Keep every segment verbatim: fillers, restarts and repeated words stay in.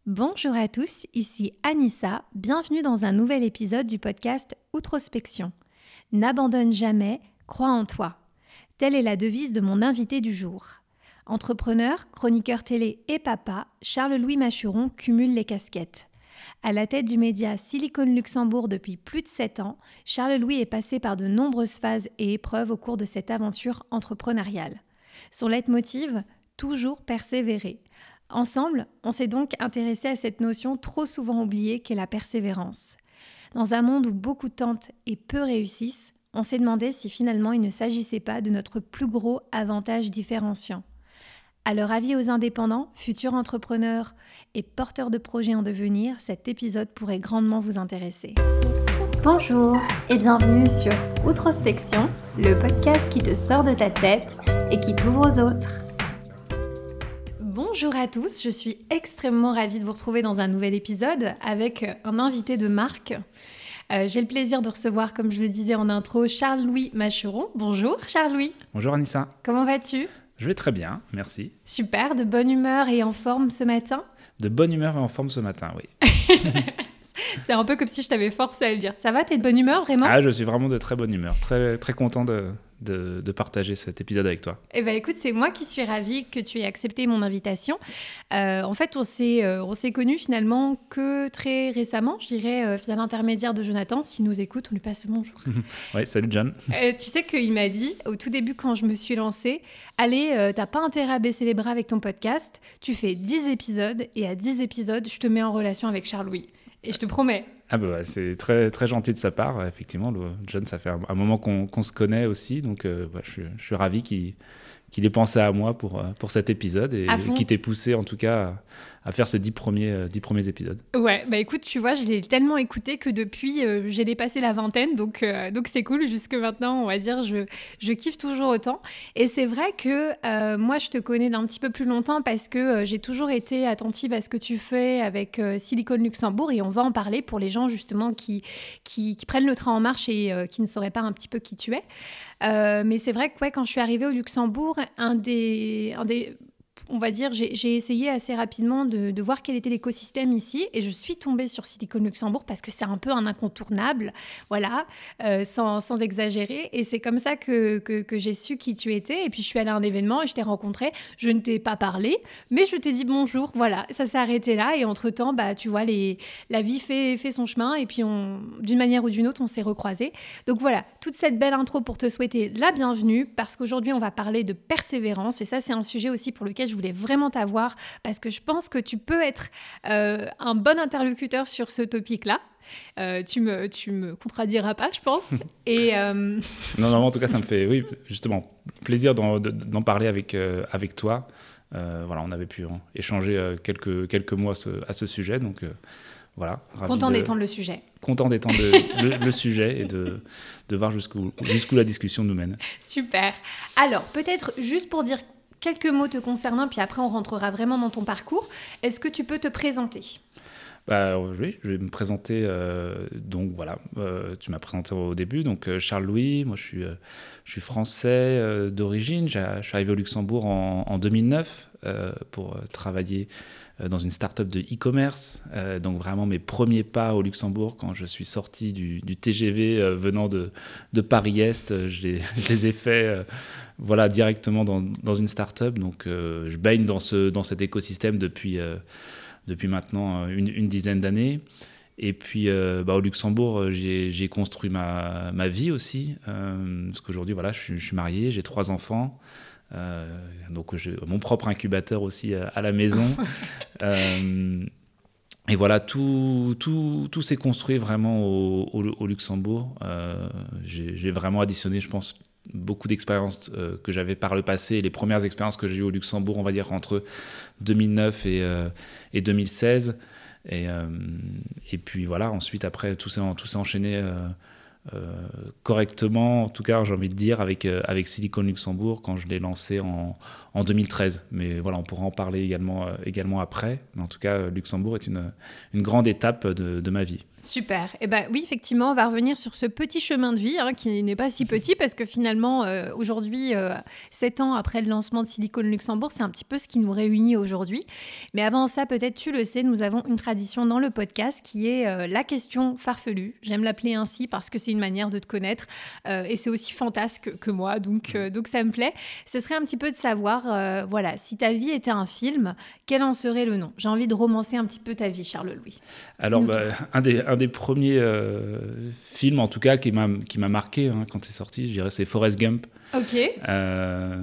Bonjour à tous, ici Anissa, bienvenue dans un nouvel épisode du podcast Outrospection. N'abandonne jamais, crois en toi. Telle est la devise de mon invité du jour. Entrepreneur, chroniqueur télé et papa, Charles-Louis Machuron cumule les casquettes. À la tête du média Silicon Luxembourg depuis plus de sept ans, Charles-Louis est passé par de nombreuses phases et épreuves au cours de cette aventure entrepreneuriale. Son leitmotiv, toujours persévérer. Ensemble, on s'est donc intéressé à cette notion trop souvent oubliée qu'est la persévérance. Dans un monde où beaucoup tentent et peu réussissent, on s'est demandé si finalement il ne s'agissait pas de notre plus gros avantage différenciant. Alors avis aux indépendants, futurs entrepreneurs et porteurs de projets en devenir, cet épisode pourrait grandement vous intéresser. Bonjour et bienvenue sur Outrospection, le podcast qui te sort de ta tête et qui t'ouvre aux autres. Bonjour à tous, je suis extrêmement ravie de vous retrouver dans un nouvel épisode avec un invité de marque. Euh, j'ai le plaisir de recevoir, comme je le disais en intro, Charles-Louis Machuron. Bonjour Charles-Louis. Bonjour Anissa. Comment vas-tu ? Je vais très bien, merci. Super, de bonne humeur et en forme ce matin ? De bonne humeur et en forme ce matin, oui. C'est un peu comme si je t'avais forcé à le dire. Ça va, t'es de bonne humeur, vraiment ? Ah, je suis vraiment de très bonne humeur, très, très content de, de, de partager cet épisode avec toi. Eh bien, écoute, c'est moi qui suis ravie que tu aies accepté mon invitation. Euh, en fait, on s'est, euh, on s'est connus finalement que très récemment, je dirais, euh, via l'intermédiaire de Jonathan. S'il nous écoute, on lui passe le bonjour. Oui, salut John. Euh, tu sais qu'il m'a dit, au tout début, quand je me suis lancée, allez, euh, t'as pas intérêt à baisser les bras avec ton podcast, tu fais dix épisodes, et à dix épisodes, je te mets en relation avec Charles-Louis. Et je te promets. Ah bah, c'est très, très gentil de sa part, effectivement. Le, John, ça fait un, un moment qu'on, qu'on se connaît aussi, donc euh, bah, je, suis, je suis ravi qu'il, qu'il ait pensé à moi pour, pour cet épisode et, et qu'il t'ait poussé en tout cas à, à faire ces dix premiers, euh, dix premiers épisodes. Ouais, bah écoute, tu vois, je l'ai tellement écouté que depuis, euh, j'ai dépassé la vingtaine, donc, euh, donc c'est cool. Jusque maintenant, on va dire, je, je kiffe toujours autant. Et c'est vrai que euh, moi, je te connais d'un petit peu plus longtemps parce que euh, j'ai toujours été attentive à ce que tu fais avec euh, Silicon Luxembourg et on va en parler pour les gens justement qui, qui, qui prennent le train en marche et euh, qui ne sauraient pas un petit peu qui tu es. Euh, mais c'est vrai que ouais, quand je suis arrivée au Luxembourg, un des... Un des on va dire, j'ai, j'ai essayé assez rapidement de, de voir quel était l'écosystème ici et je suis tombée sur Silicon Luxembourg parce que c'est un peu un incontournable, voilà, euh, sans, sans exagérer. Et c'est comme ça que, que, que j'ai su qui tu étais. Et puis je suis allée à un événement et je t'ai rencontré. Je ne t'ai pas parlé, mais je t'ai dit bonjour, voilà. Ça s'est arrêté là et entre-temps, bah, tu vois, les, la vie fait, fait son chemin et puis on, d'une manière ou d'une autre, on s'est recroisés. Donc voilà, toute cette belle intro pour te souhaiter la bienvenue parce qu'aujourd'hui, on va parler de persévérance et ça, c'est un sujet aussi pour lequel je voulais vraiment t'avoir parce que je pense que tu peux être euh, un bon interlocuteur sur ce topic-là. Euh, tu me, tu me contrediras pas, je pense. Et euh... non, non, en tout cas, ça me fait, oui, justement, plaisir d'en, d'en parler avec, euh, avec toi. Euh, voilà, on avait pu hein, échanger euh, quelques, quelques mois à ce, à ce sujet, donc euh, voilà. Content de, d'étendre le sujet. Content d'étendre le, le, le sujet et de, de voir jusqu'où, jusqu'où la discussion nous mène. Super. Alors, peut-être juste pour dire quelques mots te concernant, puis après on rentrera vraiment dans ton parcours. Est-ce que tu peux te présenter ? Bah, oui, je vais me présenter. Euh, donc voilà, euh, tu m'as présenté au début. Donc euh, Charles-Louis, moi je suis, euh, je suis français euh, d'origine. J'ai, je suis arrivé au Luxembourg en, en deux mille neuf euh, pour euh, travailler euh, dans une start-up de e-commerce. Euh, donc vraiment mes premiers pas au Luxembourg quand je suis sorti du, du T G V euh, venant de, de Paris-Est. Euh, je, les, je les ai faits euh, voilà, directement dans, dans une start-up. Donc euh, je baigne dans, ce, dans cet écosystème depuis... Euh, depuis maintenant une, une dizaine d'années. Et puis, euh, bah, au Luxembourg, j'ai, j'ai construit ma, ma vie aussi. Euh, parce qu'aujourd'hui, voilà, je, suis, je suis marié, j'ai trois enfants. Euh, donc, j'ai mon propre incubateur aussi à, à la maison. euh, et voilà, tout, tout, tout s'est construit vraiment au, au, au Luxembourg. Euh, j'ai, j'ai vraiment additionné, je pense, beaucoup d'expériences euh, que j'avais par le passé, les premières expériences que j'ai eues au Luxembourg, on va dire entre deux mille neuf et, euh, et deux mille seize. Et, euh, et puis voilà, ensuite, après, tout s'est, tout s'est enchaîné euh, euh, correctement, en tout cas, j'ai envie de dire, avec, euh, avec Silicon Luxembourg quand je l'ai lancé en, en deux mille treize. Mais voilà, on pourra en parler également, euh, également après. Mais en tout cas, Luxembourg est une, une grande étape de, de ma vie. Super. Et eh ben oui, effectivement, on va revenir sur ce petit chemin de vie hein, qui n'est pas si petit parce que finalement, euh, aujourd'hui, euh, sept ans après le lancement de Silicon Luxembourg, c'est un petit peu ce qui nous réunit aujourd'hui. Mais avant ça, peut-être tu le sais, nous avons une tradition dans le podcast qui est euh, la question farfelue. J'aime l'appeler ainsi parce que c'est une manière de te connaître euh, et c'est aussi fantasque que moi, donc, euh, donc ça me plaît. Ce serait un petit peu de savoir, euh, voilà, si ta vie était un film, quel en serait le nom ? J'ai envie de romancer un petit peu ta vie, Charles-Louis. Alors, bah, un des... Un des premiers euh, films, en tout cas, qui m'a, qui m'a marqué hein, quand c'est sorti, je dirais, c'est Forrest Gump. Ok. Euh,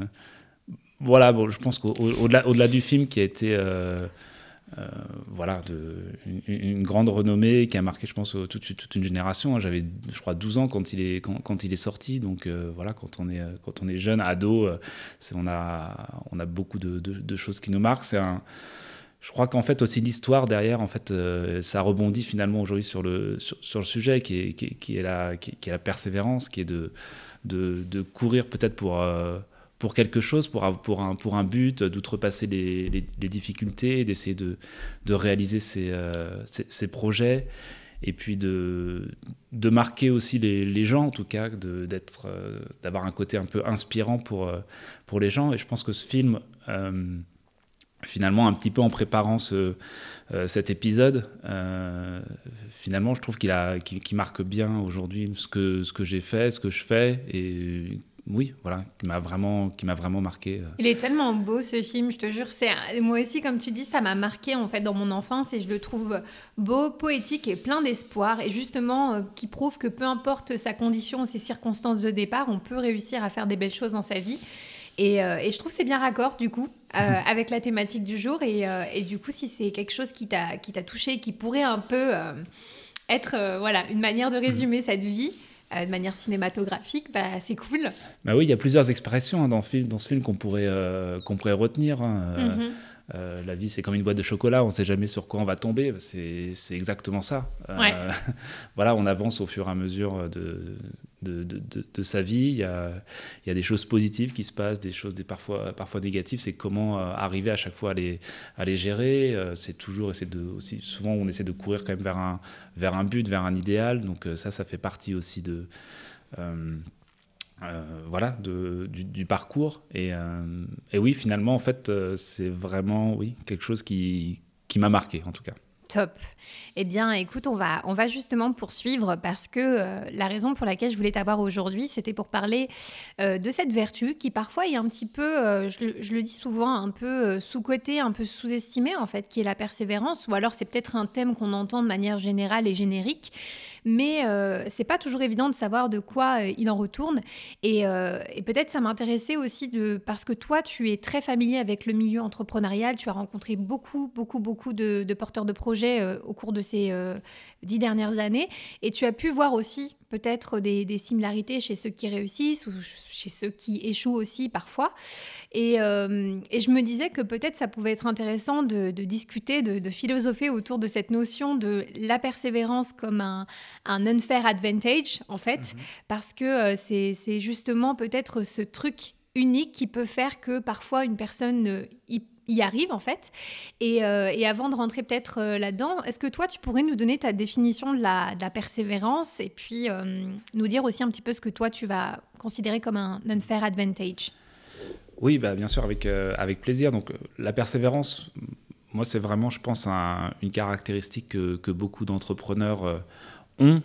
voilà, bon, je pense qu'au-delà au-delà du film qui a été euh, euh, voilà, de, une, une grande renommée, qui a marqué, je pense, toute, toute une génération. Hein. J'avais, je crois, douze ans quand il est, quand, quand il est sorti. Donc, euh, voilà, quand on est, quand on est jeune, ado, euh, c'est, on, a, on a beaucoup de, de, de choses qui nous marquent. C'est un... Je crois qu'en fait aussi l'histoire derrière, en fait, euh, ça rebondit finalement aujourd'hui sur le sur, sur le sujet qui est qui est, qui est la qui est, qui est la persévérance, qui est de de, de courir peut-être pour euh, pour quelque chose, pour pour un pour un but, d'outrepasser les, les, les difficultés, d'essayer de de réaliser ses euh, ses, ses projets. Et puis de, de marquer aussi les, les gens, en tout cas, de, d'être, euh, d'avoir un côté un peu inspirant pour, euh, pour les gens. Et je pense que ce film, euh, finalement, un petit peu en préparant ce, euh, cet épisode, euh, finalement, je trouve qu'il, a, qu'il, qu'il marque bien aujourd'hui ce que, ce que j'ai fait, ce que je fais, et oui, voilà, qui m'a vraiment, qui m'a vraiment marqué. Il est tellement beau ce film, je te jure. C'est, moi aussi, comme tu dis, ça m'a marqué en fait dans mon enfance et je le trouve beau, poétique et plein d'espoir. Et justement, euh, qui prouve que peu importe sa condition ou ses circonstances de départ, on peut réussir à faire des belles choses dans sa vie. Et, euh, et je trouve que c'est bien raccord du coup euh, avec la thématique du jour. Et, euh, et du coup, si c'est quelque chose qui t'a, qui t'a touché, qui pourrait un peu euh, être euh, voilà, une manière de résumer cette vie, Euh, de manière cinématographique, bah, c'est cool. Bah oui, il y a plusieurs expressions hein, dans, le film, dans ce film qu'on pourrait, euh, qu'on pourrait retenir. Hein. Euh, mm-hmm. euh, la vie, c'est comme une boîte de chocolat, on ne sait jamais sur quoi on va tomber. C'est, c'est exactement ça. Euh, ouais. Voilà, on avance au fur et à mesure de, de, de, de, de sa vie. Il y a, il y a des choses positives qui se passent, des choses des parfois, parfois négatives. C'est comment euh, arriver à chaque fois à les, à les gérer. Euh, c'est toujours essayer de... Aussi, souvent, on essaie de courir quand même vers un, vers un but, vers un idéal. Donc euh, ça, ça fait partie aussi de... Euh, euh, voilà, de, du, du parcours. Et, euh, et oui, finalement, en fait, euh, c'est vraiment oui, quelque chose qui, qui m'a marqué, en tout cas. Top. Eh bien, écoute, on va, on va justement poursuivre parce que euh, la raison pour laquelle je voulais t'avoir aujourd'hui, c'était pour parler euh, de cette vertu qui parfois est un petit peu, euh, je, je le dis souvent, un peu euh, sous-cotée, un peu sous-estimée en fait, qui est la persévérance. Ou alors c'est peut-être un thème qu'on entend de manière générale et générique, mais euh, c'est pas toujours évident de savoir de quoi euh, il en retourne. Et, euh, et peut-être ça m'intéressait aussi de, parce que toi, tu es très familier avec le milieu entrepreneurial, tu as rencontré beaucoup, beaucoup, beaucoup de, de porteurs de projets euh, au cours de ces euh, dix dernières années, et tu as pu voir aussi peut-être des, des similarités chez ceux qui réussissent ou chez ceux qui échouent aussi parfois. Et, euh, et je me disais que peut-être ça pouvait être intéressant de, de discuter, de, de philosopher autour de cette notion de la persévérance comme un, un unfair advantage, en fait, mm-hmm. parce que euh, c'est, c'est justement peut-être ce truc unique qui peut faire que parfois une personne euh, y, y arrive, en fait. Et, euh, et avant de rentrer peut-être euh, là-dedans, est-ce que toi, tu pourrais nous donner ta définition de la, de la persévérance et puis euh, nous dire aussi un petit peu ce que toi, tu vas considérer comme un unfair advantage ? Oui, bah, bien sûr, avec, euh, avec plaisir. Donc, euh, la persévérance, moi, c'est vraiment, je pense, un, une caractéristique que, que beaucoup d'entrepreneurs euh, ont,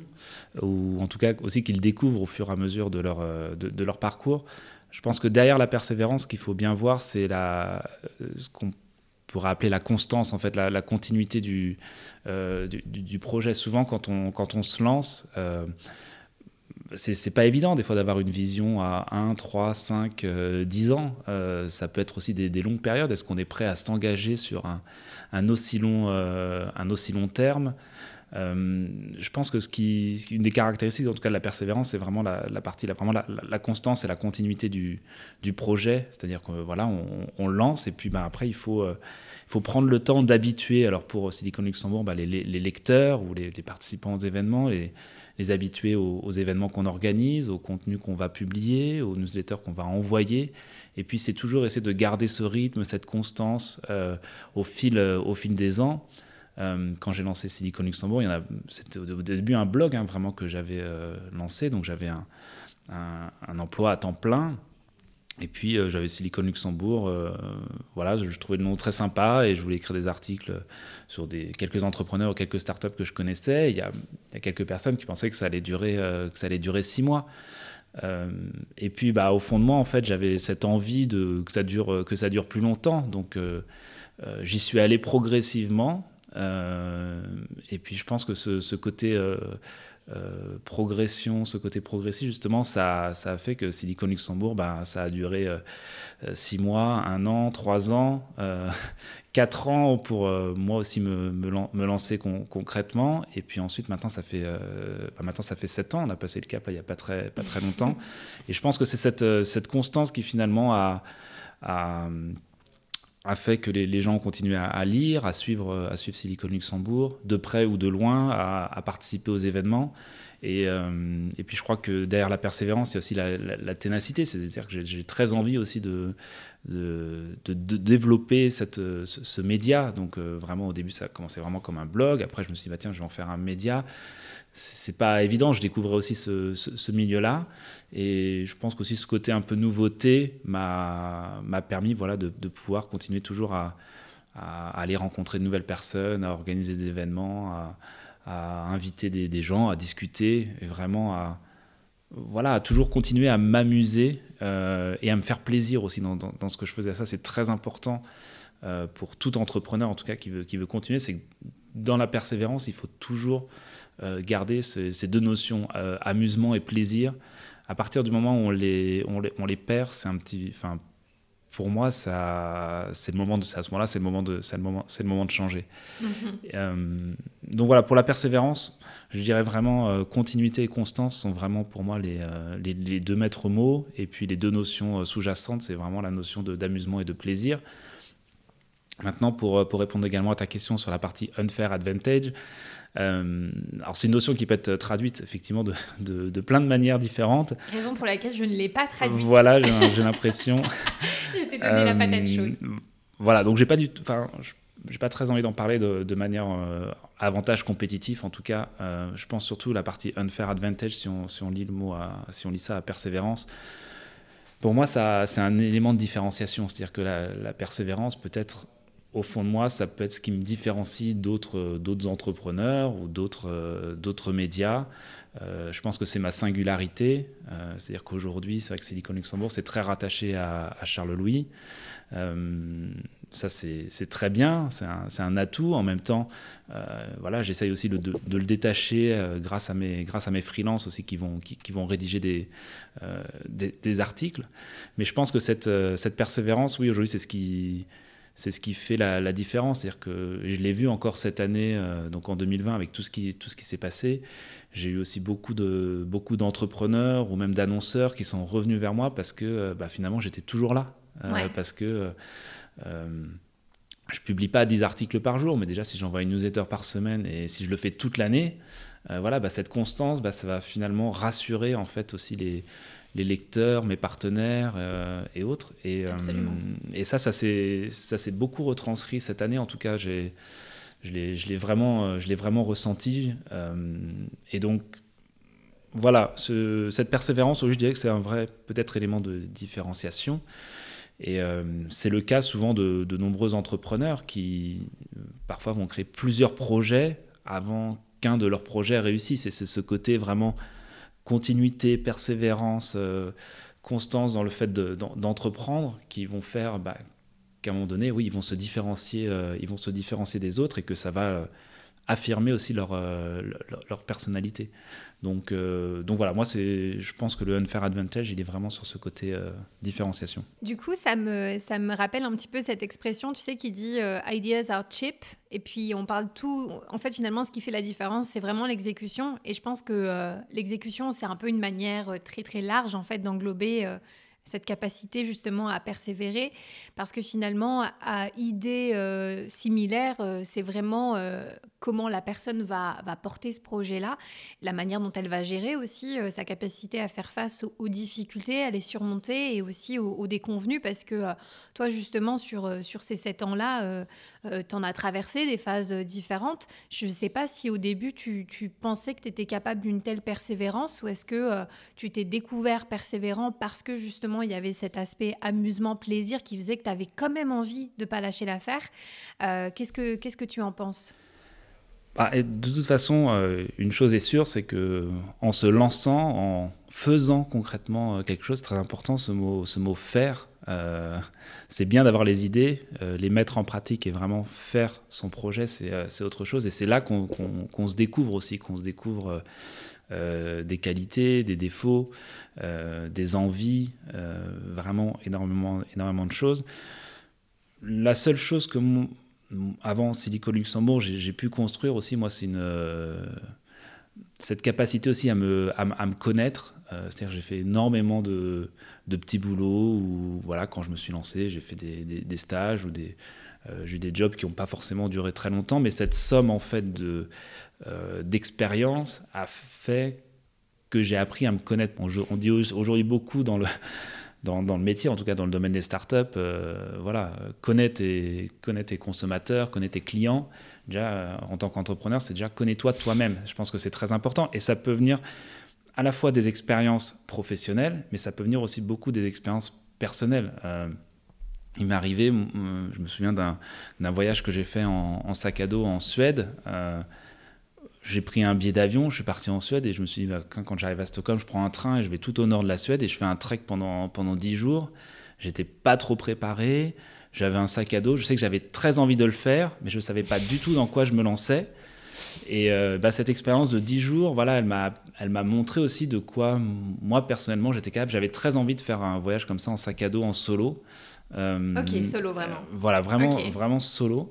ou en tout cas aussi qu'ils découvrent au fur et à mesure de leur, euh, de, de leur parcours. Je pense que derrière la persévérance, ce qu'il faut bien voir, c'est la, ce qu'on pourrait appeler la constance, en fait, la, la continuité du, euh, du, du projet. Souvent, quand on, quand on se lance... Euh, C'est, c'est pas évident des fois d'avoir une vision à un, trois, cinq, dix ans. Euh, ça peut être aussi des, des longues périodes. Est-ce qu'on est prêt à s'engager sur un, un, aussi long, euh, un aussi long terme ? Euh, je pense que ce qui, une des caractéristiques, en tout cas de la persévérance, c'est vraiment la, la partie, la, vraiment la, la constance et la continuité du, du projet. C'est-à-dire que voilà, on, on lance et puis ben, après il faut, euh, il faut prendre le temps d'habituer. Alors pour Silicon Luxembourg, ben, les, les, les lecteurs ou les, les participants aux événements, les, les habituer aux, aux événements qu'on organise, aux contenus qu'on va publier, aux newsletters qu'on va envoyer. Et puis c'est toujours essayer de garder ce rythme, cette constance euh, au fil, euh, au fil des ans. Euh, quand j'ai lancé Silicon Luxembourg, il y en a, c'était au début un blog hein, vraiment que j'avais euh, lancé, donc j'avais un, un, un emploi à temps plein. Et puis euh, j'avais Silicon Luxembourg, euh, voilà, je, je trouvais le nom très sympa et je voulais écrire des articles sur des, quelques entrepreneurs ou quelques startups que je connaissais. Il y a, il y a quelques personnes qui pensaient que ça allait durer, euh, que ça allait durer six mois. Euh, et puis bah, au fond de moi, en fait, j'avais cette envie de, que, ça dure, que ça dure plus longtemps. Donc euh, euh, j'y suis allé progressivement. Euh, et puis je pense que ce, ce côté euh, euh, progression, ce côté progressif, justement, ça, ça a fait que Silicon Luxembourg, bah, ça a duré euh, six mois, un an, trois ans, euh, quatre ans pour euh, moi aussi me, me, lan- me lancer con- concrètement. Et puis ensuite, maintenant, ça fait, euh, bah, maintenant, ça fait sept ans. On a passé le cap là, il n'y a pas très, pas très longtemps. Et je pense que c'est cette, euh, cette constance qui finalement a, a, a fait que les, les gens ont continué à, à lire, à suivre, à suivre Silicon Luxembourg, de près ou de loin, à, à participer aux événements. Et, euh, et puis je crois que derrière la persévérance, il y a aussi la, la, la ténacité, c'est-à-dire que j'ai, j'ai très envie aussi de, de, de, de développer cette, ce, ce média. Donc euh, vraiment au début ça a commencé vraiment comme un blog, après je me suis dit bah, tiens je vais en faire un média. C'est pas évident, je découvrais aussi ce, ce, ce milieu-là et je pense qu'aussi ce côté un peu nouveauté m'a, m'a permis voilà, de, de pouvoir continuer toujours à, à aller rencontrer de nouvelles personnes, à organiser des événements, à, à inviter des, des gens, à discuter et vraiment à, voilà, à toujours continuer à m'amuser euh, et à me faire plaisir aussi dans, dans, dans ce que je faisais. Ça, c'est très important euh, pour tout entrepreneur, en tout cas, qui veut, qui veut continuer. C'est que dans la persévérance, il faut toujours euh, garder ce, ces deux notions, euh, amusement et plaisir. À partir du moment où on les, on les, on les perd, c'est un petit... Enfin, pour moi, ça, c'est le moment de, c'est à ce moment-là, c'est le moment de, c'est le moment, c'est le moment de changer. Mhm. Euh, donc voilà, pour la persévérance, je dirais vraiment euh, continuité et constance sont vraiment pour moi les, euh, les, les deux maîtres mots. Et puis les deux notions euh, sous-jacentes, c'est vraiment la notion de, d'amusement et de plaisir. Maintenant, pour, pour répondre également à ta question sur la partie unfair advantage, euh, alors c'est une notion qui peut être traduite effectivement de, de, de plein de manières différentes. Raison pour laquelle je ne l'ai pas traduite. Voilà, j'ai, j'ai l'impression. Je t'ai donné euh, la patate chaude. Voilà, donc j'ai pas du tout, enfin, j'ai pas très envie d'en parler de, de manière euh, avantage compétitif. En tout cas, euh, je pense surtout la partie unfair advantage si on, si on lit le mot, à, si on lit ça à persévérance. Pour moi, ça, c'est un élément de différenciation, c'est-à-dire que la, la persévérance peut être au fond de moi, ça peut être ce qui me différencie d'autres, d'autres entrepreneurs ou d'autres, euh, d'autres médias. Euh, je pense que c'est ma singularité. Euh, c'est-à-dire qu'aujourd'hui, c'est vrai que Silicon Luxembourg, c'est très rattaché à, à Charles Louis. Euh, ça, c'est, c'est très bien, c'est un, c'est un atout. En même temps, euh, voilà, j'essaye aussi de, de, de le détacher euh, grâce à mes, grâce à mes freelances aussi qui vont, qui, qui vont rédiger des, euh, des, des articles. Mais je pense que cette, euh, cette persévérance, oui, aujourd'hui, c'est ce qui... C'est ce qui fait la, la différence. C'est-à-dire que je l'ai vu encore cette année, euh, donc en deux mille vingt, avec tout ce qui, tout ce qui s'est passé. J'ai eu aussi beaucoup, de, beaucoup d'entrepreneurs ou même d'annonceurs qui sont revenus vers moi parce que euh, bah, finalement, j'étais toujours là. Euh, ouais. Parce que euh, je ne publie pas dix articles par jour, mais déjà, si j'envoie une newsletter par semaine et si je le fais toute l'année, euh, voilà, bah, cette constance, bah, ça va finalement rassurer en fait aussi les... les lecteurs, mes partenaires euh, et autres. Et, euh, et ça, ça s'est, ça s'est beaucoup retranscrit cette année. En tout cas, j'ai, je, l'ai, je, l'ai vraiment, je l'ai vraiment ressenti. Euh, et donc, voilà, ce, cette persévérance, je dirais que c'est un vrai, peut-être, élément de différenciation. Et euh, c'est le cas souvent de, de nombreux entrepreneurs qui, euh, parfois, vont créer plusieurs projets avant qu'un de leurs projets réussisse. Et c'est ce côté vraiment... continuité, persévérance, euh, constance dans le fait de, d'entreprendre qui vont faire bah, qu'à un moment donné, oui, ils vont se différencier, euh, ils vont se différencier des autres et que ça va euh, affirmer aussi leur, euh, leur, leur personnalité. Donc, euh, donc voilà, moi, c'est, je pense que le unfair advantage, il est vraiment sur ce côté euh, différenciation. Du coup, ça me, ça me rappelle un petit peu cette expression, tu sais, qui dit euh, ideas are cheap. Et puis, on parle tout. En fait, finalement, ce qui fait la différence, c'est vraiment l'exécution. Et je pense que euh, l'exécution, c'est un peu une manière euh, très, très large, en fait, d'englober euh, cette capacité, justement, à persévérer. Parce que finalement, à idée euh, similaire, euh, c'est vraiment euh, comment la personne va, va porter ce projet-là, la manière dont elle va gérer aussi euh, sa capacité à faire face aux, aux difficultés, à les surmonter et aussi aux, aux déconvenus. Parce que euh, toi, justement, sur, euh, sur ces sept ans-là, euh, euh, tu en as traversé des phases euh, différentes. Je ne sais pas si au début, tu, tu pensais que tu étais capable d'une telle persévérance ou est-ce que euh, tu t'es découvert persévérant parce que justement, il y avait cet aspect amusement, plaisir qui faisait que tu avais quand même envie de ne pas lâcher l'affaire. Euh, qu'est-ce que, qu'est-ce que tu en penses ? Ah, et de toute façon, euh, une chose est sûre, c'est que en se lançant, en faisant concrètement euh, quelque chose, très important, ce mot, ce mot faire, euh, c'est bien d'avoir les idées, euh, les mettre en pratique et vraiment faire son projet, c'est, euh, c'est autre chose. Et c'est là qu'on, qu'on, qu'on se découvre aussi, qu'on se découvre euh, des qualités, des défauts, euh, des envies, euh, vraiment énormément, énormément de choses. La seule chose que mon, avant Silico Luxembourg, j'ai, j'ai pu construire aussi, moi, c'est une, euh, cette capacité aussi à me, à, à me connaître. Euh, c'est-à-dire que j'ai fait énormément de, de petits boulots où, voilà, quand je me suis lancé, j'ai fait des, des, des stages ou des, euh, j'ai eu des jobs qui n'ont pas forcément duré très longtemps, mais cette somme, en fait, de, euh, d'expérience a fait que j'ai appris à me connaître. On, on dit aujourd'hui beaucoup dans le... Dans, dans le métier, en tout cas dans le domaine des startups, euh, voilà, connais tes, connais tes consommateurs, connais tes clients. Déjà, euh, en tant qu'entrepreneur, c'est déjà connais-toi toi-même. Je pense que c'est très important et ça peut venir à la fois des expériences professionnelles, mais ça peut venir aussi beaucoup des expériences personnelles. Euh, il m'est arrivé, je me souviens d'un, d'un voyage que j'ai fait en, en sac à dos en Suède. Euh, J'ai pris un billet d'avion, je suis parti en Suède et je me suis dit, bah, quand, quand j'arrive à Stockholm, je prends un train et je vais tout au nord de la Suède et je fais un trek pendant, pendant dix jours. J'étais pas trop préparé, j'avais un sac à dos, je sais que j'avais très envie de le faire, mais je savais pas du tout dans quoi je me lançais. Et euh, bah, cette expérience de dix jours, voilà, elle m'a, elle m'a montré aussi de quoi, moi personnellement, j'étais capable. J'avais très envie de faire un voyage comme ça en sac à dos, en solo. Euh, ok, solo vraiment. Euh, voilà, vraiment, okay. vraiment solo.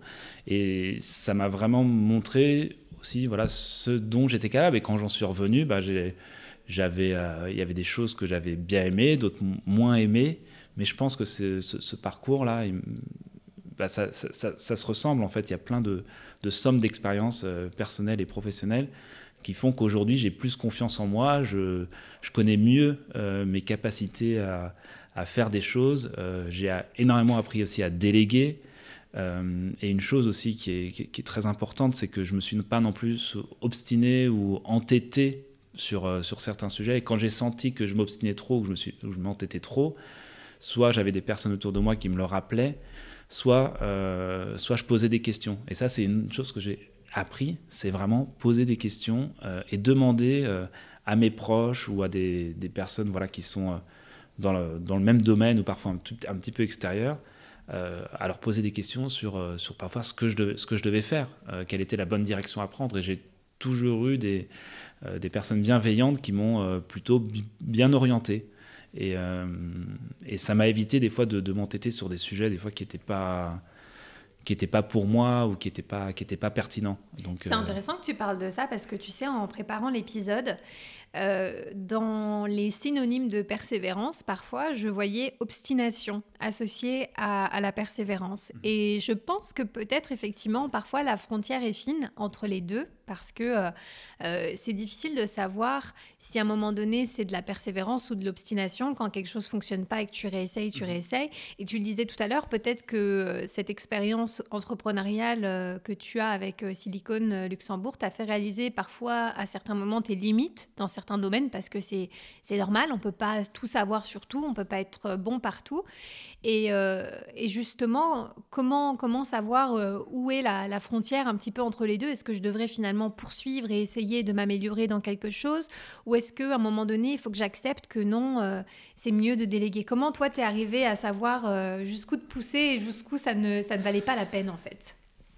Et ça m'a vraiment montré aussi, voilà, ce dont j'étais capable. Et quand j'en suis revenu, bah, j'ai, j'avais, euh, il y avait des choses que j'avais bien aimées, d'autres m- moins aimées. Mais je pense que c'est, ce, ce parcours-là, il, bah, ça, ça, ça, ça se ressemble en fait. Il y a plein de, de sommes d'expériences euh, personnelles et professionnelles qui font qu'aujourd'hui j'ai plus confiance en moi, je, je connais mieux euh, mes capacités à, à faire des choses. Euh, j'ai a, énormément appris aussi à déléguer. Euh, et une chose aussi qui est, qui, est, qui est très importante, c'est que je ne me suis pas non plus obstiné ou entêté sur, euh, sur certains sujets. Et quand j'ai senti que je m'obstinais trop ou que je, me suis, ou je m'entêtais trop, soit j'avais des personnes autour de moi qui me le rappelaient, soit, euh, soit je posais des questions. Et ça, c'est une chose que j'ai appris, c'est vraiment poser des questions euh, et demander euh, à mes proches ou à des, des personnes voilà, qui sont euh, dans, le, dans le même domaine ou parfois un, tout, un petit peu extérieur, euh, à leur poser des questions sur, euh, sur parfois ce que je devais, ce que je devais faire, euh, quelle était la bonne direction à prendre. Et j'ai toujours eu des, euh, des personnes bienveillantes qui m'ont euh, plutôt bi- bien orienté. Et, euh, et ça m'a évité des fois de, de m'entêter sur des sujets des fois qui n'étaient pas qui n'étaient pas pour moi ou qui n'étaient pas qui étaient pas pertinents. Donc c'est euh... intéressant que tu parles de ça parce que tu sais, en préparant l'épisode, euh, dans les synonymes de persévérance, parfois, je voyais obstination associée à, à la persévérance. Mmh. Et je pense que peut-être, effectivement, parfois, la frontière est fine entre les deux parce que euh, euh, c'est difficile de savoir si à un moment donné, c'est de la persévérance ou de l'obstination quand quelque chose ne fonctionne pas et que tu réessayes, tu mmh. réessayes. Et tu le disais tout à l'heure, peut-être que cette expérience entrepreneuriale euh, que tu as avec euh, Silicon Luxembourg t'a fait réaliser parfois, à certains moments, tes limites dans certains domaines parce que c'est, c'est normal, on ne peut pas tout savoir sur tout, on ne peut pas être bon partout. Et, euh, et justement, comment, comment savoir euh, où est la, la frontière un petit peu entre les deux ? Est-ce que je devrais finalement poursuivre et essayer de m'améliorer dans quelque chose ? Ou est-ce qu'à un moment donné, il faut que j'accepte que non, euh, c'est mieux de déléguer ? Comment toi, t'es arrivé à savoir euh, jusqu'où te pousser et jusqu'où ça ne, ça ne valait pas la peine en fait ?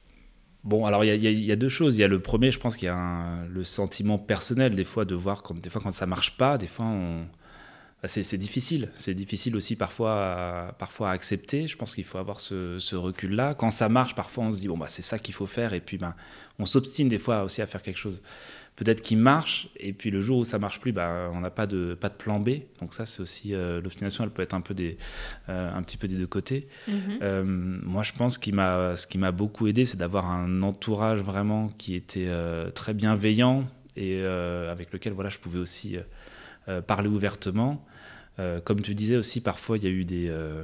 Bon, alors il y, y, y a deux choses. Il y a le premier, je pense qu'il y a un, le sentiment personnel des fois de voir quand, des fois quand ça marche pas, des fois on, c'est, c'est difficile. C'est difficile aussi parfois à, parfois à accepter. Je pense qu'il faut avoir ce, ce recul-là. Quand ça marche, parfois on se dit bon bah c'est ça qu'il faut faire et puis bah, on s'obstine des fois aussi à faire quelque chose. Peut-être qu'il marche et puis le jour où ça marche plus, bah on n'a pas de pas de plan B. Donc ça c'est aussi euh, l'obstination, elle peut être un peu des euh, un petit peu des deux côtés. Mm-hmm. Euh, moi je pense qu'il m'a ce qui m'a beaucoup aidé, c'est d'avoir un entourage vraiment qui était euh, très bienveillant et euh, avec lequel voilà je pouvais aussi euh, parler ouvertement. Euh, comme tu disais aussi, parfois il y a eu des euh,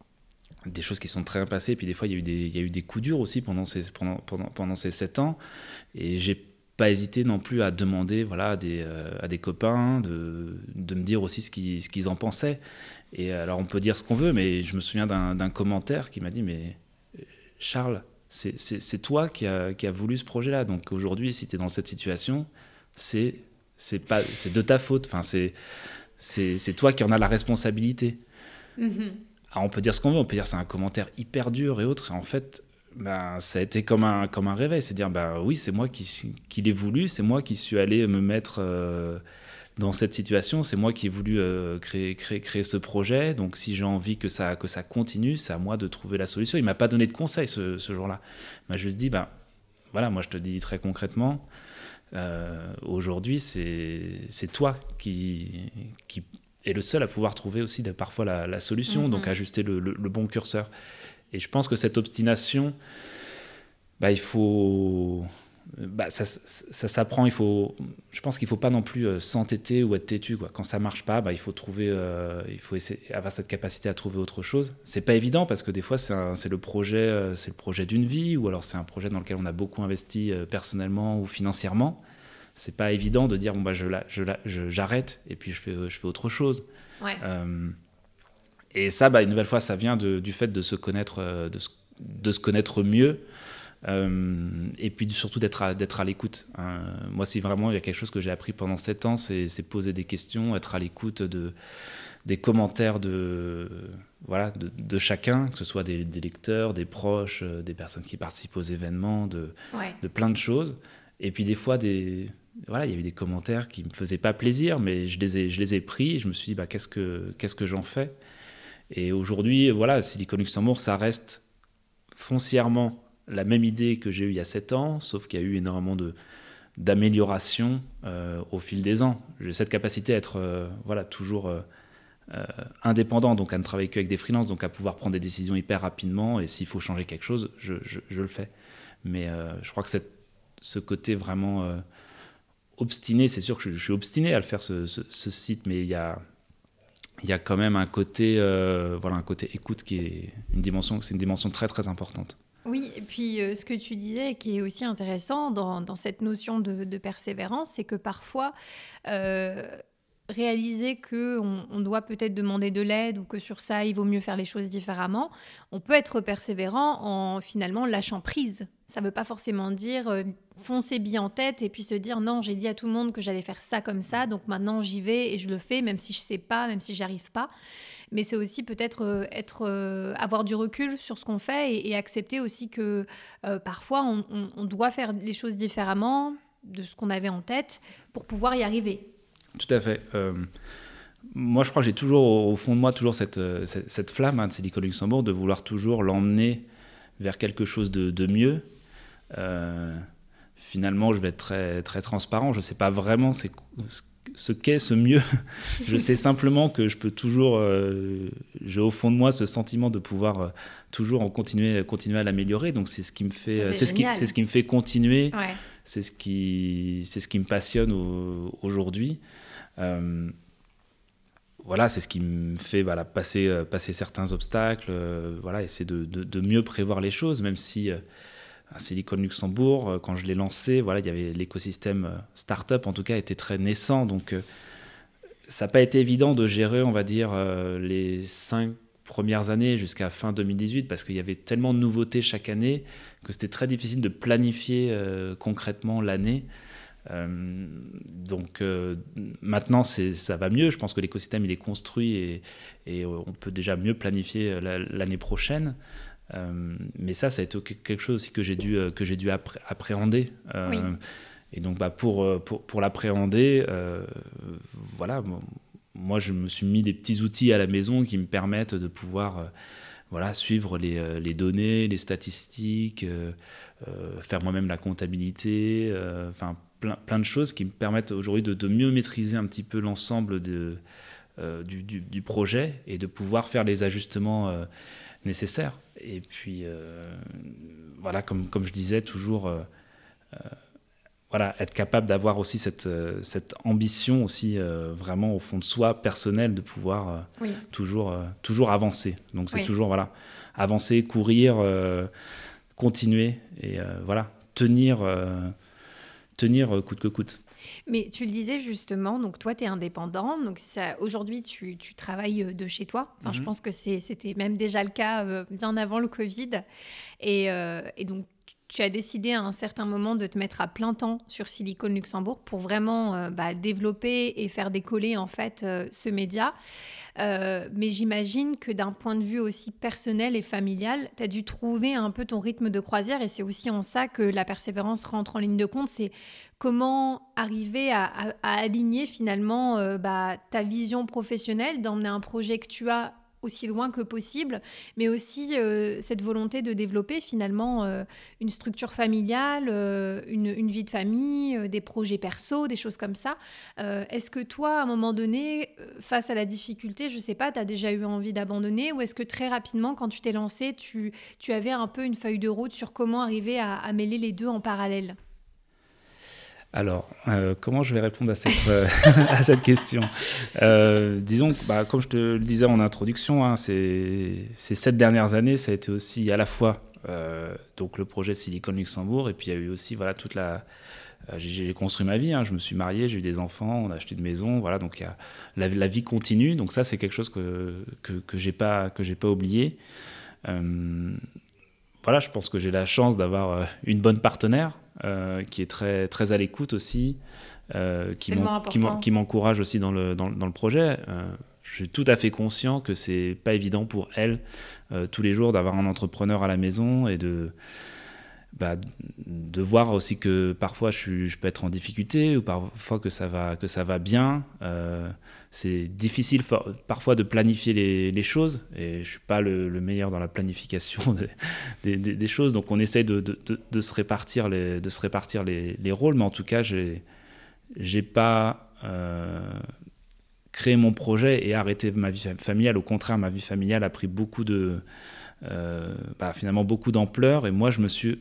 des choses qui sont très bien passées, et puis des fois il y a eu des il y a eu des coups durs aussi pendant ces pendant pendant pendant ces sept ans, et j'ai pas hésité non plus à demander voilà, à, des, euh, à des copains de, de me dire aussi ce qu'ils, ce qu'ils en pensaient. Et alors on peut dire ce qu'on veut, mais je me souviens d'un, d'un commentaire qui m'a dit mais Charles, c'est, c'est, c'est toi qui a, qui a voulu ce projet-là, donc aujourd'hui si tu es dans cette situation, c'est, c'est, pas, c'est de ta faute, enfin, c'est, c'est, c'est toi qui en as la responsabilité. Mm-hmm. Alors on peut dire ce qu'on veut, on peut dire c'est un commentaire hyper dur et autres, et en fait ben, ça a été comme un, comme un réveil, c'est dire ben, oui c'est moi qui, qui l'ai voulu, c'est moi qui suis allé me mettre euh, dans cette situation, c'est moi qui ai voulu euh, créer, créer, créer ce projet, donc si j'ai envie que ça, que ça continue, c'est à moi de trouver la solution. Il ne m'a pas donné de conseils ce, ce jour-là, il m'a juste dit ben, voilà, moi je te dis très concrètement, euh, aujourd'hui c'est, c'est toi qui, qui est le seul à pouvoir trouver aussi parfois la, la solution, mm-hmm. donc ajuster le, le, le bon curseur. Et je pense que cette obstination, bah, il faut, bah, ça, ça, ça s'apprend. Il faut, je pense qu'il ne faut pas non plus euh, s'entêter ou être têtu, quoi. Quand ça ne marche pas, bah, il faut trouver, euh, il faut essayer, avoir cette capacité à trouver autre chose. Ce n'est pas évident parce que des fois, c'est, un, c'est, le projet, euh, c'est le projet d'une vie, ou alors c'est un projet dans lequel on a beaucoup investi euh, personnellement ou financièrement. Ce n'est pas évident de dire bon, bah, je, la, je, la, je, j'arrête et puis je fais, je fais autre chose. Ouais. Euh, Et ça, bah, une nouvelle fois, ça vient de, du fait de se connaître, euh, de, se, de se connaître mieux, euh, et puis surtout d'être à, d'être à l'écoute. Euh, moi, si vraiment il y a quelque chose que j'ai appris pendant sept ans, c'est, c'est poser des questions, être à l'écoute de, des commentaires de, voilà, de, de chacun, que ce soit des, des lecteurs, des proches, euh, des personnes qui participent aux événements, de, ouais. de plein de choses. Et puis des fois, des... Voilà, il y a eu des commentaires qui ne me faisaient pas plaisir, mais je les ai, je les ai pris et je me suis dit, bah, qu'est-ce que, qu'est-ce que j'en fais ? Et aujourd'hui, voilà, Silicon Luxembourg, ça reste foncièrement la même idée que j'ai eue il y a sept ans, sauf qu'il y a eu énormément de, d'amélioration euh, au fil des ans. J'ai cette capacité à être euh, voilà, toujours euh, euh, indépendant, donc à ne travailler qu'avec des freelances, donc à pouvoir prendre des décisions hyper rapidement, et s'il faut changer quelque chose, je, je, je le fais. Mais euh, je crois que cette, ce côté vraiment euh, obstiné, c'est sûr que je, je suis obstiné à le faire, ce, ce, ce site, mais il y a... il y a quand même un côté, euh, voilà, un côté écoute qui est une dimension, c'est une dimension très très importante. Oui, et puis euh, ce que tu disais qui est aussi intéressant dans, dans cette notion de, de persévérance, c'est que parfois euh, réaliser qu'on on doit peut-être demander de l'aide ou que sur ça il vaut mieux faire les choses différemment, on peut être persévérant en finalement lâchant prise. Ça ne veut pas forcément dire euh, foncer bien en tête et puis se dire non, j'ai dit à tout le monde que j'allais faire ça comme ça, donc maintenant j'y vais et je le fais même si je ne sais pas, même si j'y arrive pas. Mais c'est aussi peut-être euh, être, euh, avoir du recul sur ce qu'on fait et, et accepter aussi que euh, parfois on, on, on doit faire les choses différemment de ce qu'on avait en tête pour pouvoir y arriver. Tout à fait. Euh, moi, je crois que j'ai toujours au, au fond de moi toujours cette, cette, cette flamme hein, de Silicon Luxembourg de vouloir toujours l'emmener vers quelque chose de, de mieux. Euh, finalement, je vais être très, très transparent. Je ne sais pas vraiment c'est, ce qu'est ce mieux. Je sais simplement que je peux toujours... Euh, j'ai au fond de moi ce sentiment de pouvoir euh, toujours en continuer, continuer à l'améliorer. Donc, c'est ce qui me fait, c'est, c'est ce qui, c'est ce qui me fait continuer. Ouais. C'est, ce qui, c'est ce qui me passionne au, aujourd'hui. Euh, voilà, c'est ce qui me fait voilà, passer, euh, passer certains obstacles, euh, voilà, essayer de, de, de mieux prévoir les choses, même si... Euh, Silicon Luxembourg, quand je l'ai lancé, voilà, il y avait l'écosystème start-up, en tout cas, était très naissant. Donc, euh, ça n'a pas été évident de gérer, on va dire, euh, les cinq premières années jusqu'à fin deux mille dix-huit, parce qu'il y avait tellement de nouveautés chaque année que c'était très difficile de planifier euh, concrètement l'année. Euh, donc, euh, maintenant, c'est, ça va mieux. Je pense que l'écosystème, il est construit et, et on peut déjà mieux planifier la, l'année prochaine. Euh, mais ça, ça a été quelque chose aussi que j'ai dû, euh, que j'ai dû appré- appréhender. Euh, Oui. Et donc, bah, pour, pour, pour l'appréhender, euh, voilà, moi, je me suis mis des petits outils à la maison qui me permettent de pouvoir euh, voilà, suivre les, euh, les données, les statistiques, euh, euh, faire moi-même la comptabilité, euh, enfin, plein, plein de choses qui me permettent aujourd'hui de, de mieux maîtriser un petit peu l'ensemble de, euh, du, du, du projet et de pouvoir faire les ajustements euh, nécessaires. Et puis, euh, voilà, comme, comme je disais, toujours... Euh, voilà, être capable d'avoir aussi cette, euh, cette ambition aussi euh, vraiment au fond de soi, personnelle, de pouvoir euh, Oui. toujours, euh, toujours avancer. Donc c'est Oui. toujours, voilà, avancer, courir, euh, continuer et euh, voilà, tenir, euh, tenir euh, coûte que coûte. Mais tu le disais justement, donc toi, tu es indépendant. Donc ça, aujourd'hui, tu, tu travailles euh, de chez toi. Enfin, je Mhm. pense que c'est, c'était même déjà le cas euh, bien avant le Covid. Et, euh, et donc, tu as décidé à un certain moment de te mettre à plein temps sur Silicon Luxembourg pour vraiment euh, bah, développer et faire décoller en fait euh, ce média. Euh, mais j'imagine que d'un point de vue aussi personnel et familial, tu as dû trouver un peu ton rythme de croisière et c'est aussi en ça que la persévérance rentre en ligne de compte. C'est comment arriver à, à- à aligner finalement euh, bah, ta vision professionnelle, d'emmener un projet que tu as aussi loin que possible, mais aussi euh, cette volonté de développer finalement euh, une structure familiale, euh, une, une vie de famille, euh, des projets perso, des choses comme ça. Euh, est-ce que toi, à un moment donné, euh, face à la difficulté, je sais pas, tu as déjà eu envie d'abandonner ou est-ce que très rapidement, quand tu t'es lancé, tu, tu avais un peu une feuille de route sur comment arriver à, à mêler les deux en parallèle? Alors, euh, comment je vais répondre à cette, euh, à cette question? Euh, disons que, bah, comme je te le disais en introduction, hein, ces, ces sept dernières années, ça a été aussi à la fois euh, donc le projet Silicon Luxembourg, et puis il y a eu aussi voilà, toute la... euh, j'ai, j'ai construit ma vie, hein, je me suis marié, j'ai eu des enfants, on a acheté une maison, voilà, donc il y a, la, la vie continue, donc ça c'est quelque chose que, que, que j'ai pas, que j'ai pas oublié. Euh, voilà, je pense que j'ai la chance d'avoir euh, une bonne partenaire euh, qui est très, très à l'écoute aussi, euh, C'est qui, m'en- tellement qui, m'en- important. qui m'encourage aussi dans le, dans, le- dans le projet. Euh, je suis tout à fait conscient que c'est pas évident pour elle euh, tous les jours d'avoir un entrepreneur à la maison et de, bah, de voir aussi que parfois je, suis- je peux être en difficulté ou parfois que ça va, que ça va bien. Euh, c'est difficile for- parfois de planifier les, les choses et je ne suis pas le, le meilleur dans la planification des, des- des- des choses. Donc on essaye de, de- de- de se répartir les, de se répartir les, les rôles, mais en tout cas, j'ai, j'ai pas euh, créé mon projet et arrêté ma vie familiale. Au contraire, ma vie familiale a pris beaucoup de, euh, bah, finalement beaucoup d'ampleur et moi je me suis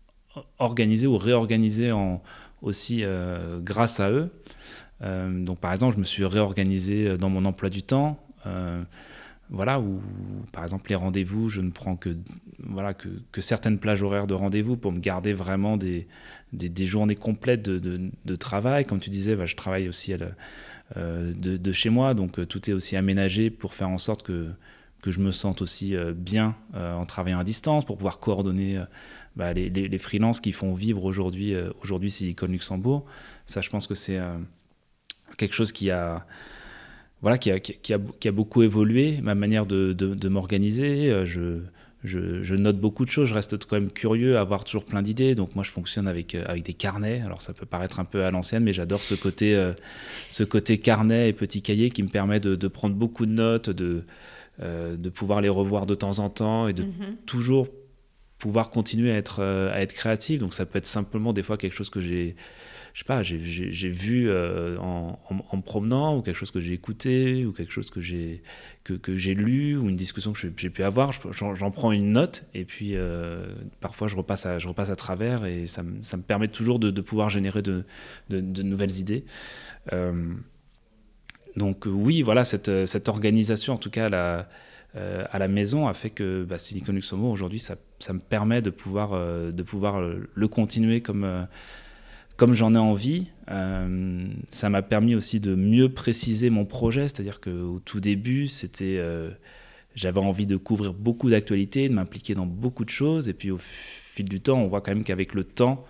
organisé ou réorganisé en, aussi euh, grâce à eux. Euh, donc par exemple, je me suis réorganisé dans mon emploi du temps. Euh, voilà, où par exemple les rendez-vous, je ne prends que, voilà, que, que certaines plages horaires de rendez-vous pour me garder vraiment des, des, des journées complètes de, de, de travail. Comme tu disais, bah, je travaille aussi à la, euh, de, de chez moi, donc euh, tout est aussi aménagé pour faire en sorte que, que je me sente aussi euh, bien euh, en travaillant à distance, pour pouvoir coordonner euh, bah, les, les, les freelances qui font vivre aujourd'hui, euh, aujourd'hui Silicon Luxembourg. Ça, je pense que c'est euh, quelque chose qui a, voilà, qui a, qui a, qui a beaucoup évolué, ma manière de, de, de m'organiser. Euh, Je, je, je note beaucoup de choses, je reste quand même curieux, à avoir toujours plein d'idées. Donc moi, je fonctionne avec, euh, avec des carnets. Alors ça peut paraître un peu à l'ancienne, mais j'adore ce côté, euh, ce côté carnet et petit cahier qui me permet de, de prendre beaucoup de notes, de, euh, de pouvoir les revoir de temps en temps et de Mhm. toujours pouvoir continuer à être, euh, à être créatif. Donc ça peut être simplement des fois quelque chose que j'ai, je sais pas, j'ai, j'ai, j'ai vu euh, en, en, en me promenant, ou quelque chose que j'ai écouté, ou quelque chose que j'ai, que, que j'ai lu, ou une discussion que j'ai, j'ai pu avoir. Je- J'en, j'en prends une note, et puis euh, parfois je repasse, à, je repasse à travers, et ça, me- ça me permet toujours de, de pouvoir générer de, de, de nouvelles idées. Euh, donc euh, oui, voilà, cette, euh, cette organisation, en tout cas à la, euh, à la maison, a fait que bah, Silicon Luxembourg, aujourd'hui, ça, ça me permet de pouvoir, euh, de pouvoir euh, le continuer comme, euh, comme j'en ai envie. Euh, ça m'a permis aussi de mieux préciser mon projet, c'est-à-dire qu'au tout début, c'était, euh, j'avais envie de couvrir beaucoup d'actualités, de m'impliquer dans beaucoup de choses, et puis au fil du temps, on voit quand même qu'avec le temps,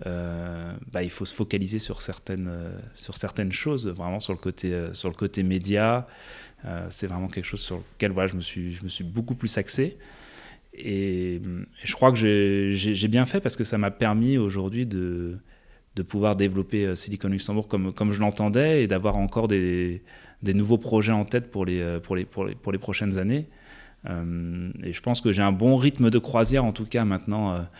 euh, bah, il faut se focaliser sur certaines, euh, sur certaines choses, vraiment sur le côté, euh, sur le côté média. Euh, c'est vraiment quelque chose sur lequel voilà, je, me suis, je me suis beaucoup plus axé. et, et je crois que j'ai, j'ai, j'ai bien fait parce que ça m'a permis aujourd'hui de, de pouvoir développer Silicon Luxembourg comme, comme je l'entendais et d'avoir encore des, des nouveaux projets en tête pour les, pour les, pour les, pour les prochaines années. Euh, et je pense que j'ai un bon rythme de croisière, en tout cas maintenant, euh,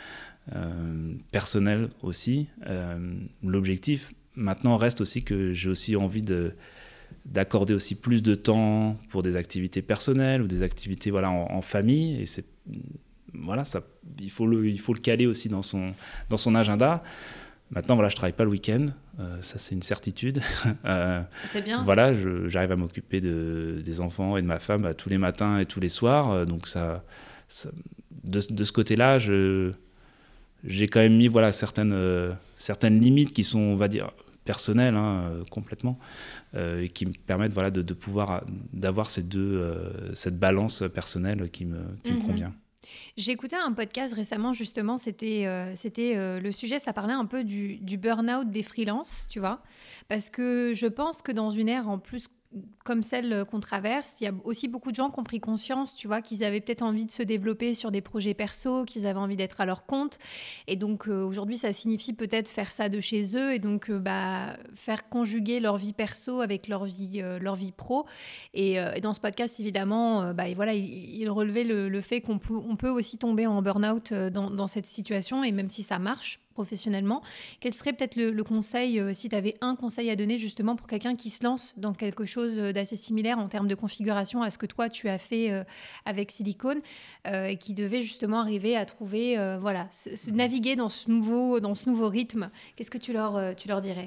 euh, personnel aussi. Euh, l'objectif maintenant reste aussi que j'ai aussi envie de, d'accorder aussi plus de temps pour des activités personnelles ou des activités voilà, en, en famille. Et c'est, voilà, ça, il, faut le, il faut le caler aussi dans son, dans son agenda. Maintenant, voilà, je ne travaille pas le week-end, euh, ça c'est une certitude. euh, c'est bien. Voilà, je, j'arrive à m'occuper de, des enfants et de ma femme bah, tous les matins et tous les soirs. Euh, donc ça, ça, de, de ce côté-là, je, j'ai quand même mis voilà, certaines, euh, certaines limites qui sont, on va dire, personnelles hein, euh, complètement, euh, et qui me permettent voilà, de, de pouvoir d'avoir ces deux, euh, cette balance personnelle qui me, qui Mm-hmm. me convient. J'ai écouté un podcast récemment, justement, c'était, euh, c'était euh, le sujet, ça parlait un peu du, du burn-out des freelances, tu vois, parce que je pense que dans une ère en plus comme celle qu'on traverse, il y a aussi beaucoup de gens qui ont pris conscience, tu vois, qu'ils avaient peut-être envie de se développer sur des projets perso, qu'ils avaient envie d'être à leur compte. Et donc, euh, aujourd'hui, ça signifie peut-être faire ça de chez eux et donc euh, bah, faire conjuguer leur vie perso avec leur vie, euh, leur vie pro. Et, euh, et dans ce podcast, évidemment, euh, bah, et voilà, il, il relevait le, le fait qu'on peut, on peut aussi tomber en burn-out euh, dans, dans cette situation, et même si ça marche professionnellement, quel serait peut-être le, le conseil, euh, si tu avais un conseil à donner justement pour quelqu'un qui se lance dans quelque chose d'assez similaire en termes de configuration à ce que toi tu as fait euh, avec Silicon, euh, et qui devait justement arriver à trouver, euh, voilà, se, se naviguer dans ce nouveau, dans ce nouveau rythme, qu'est-ce que tu leur, euh, tu leur dirais?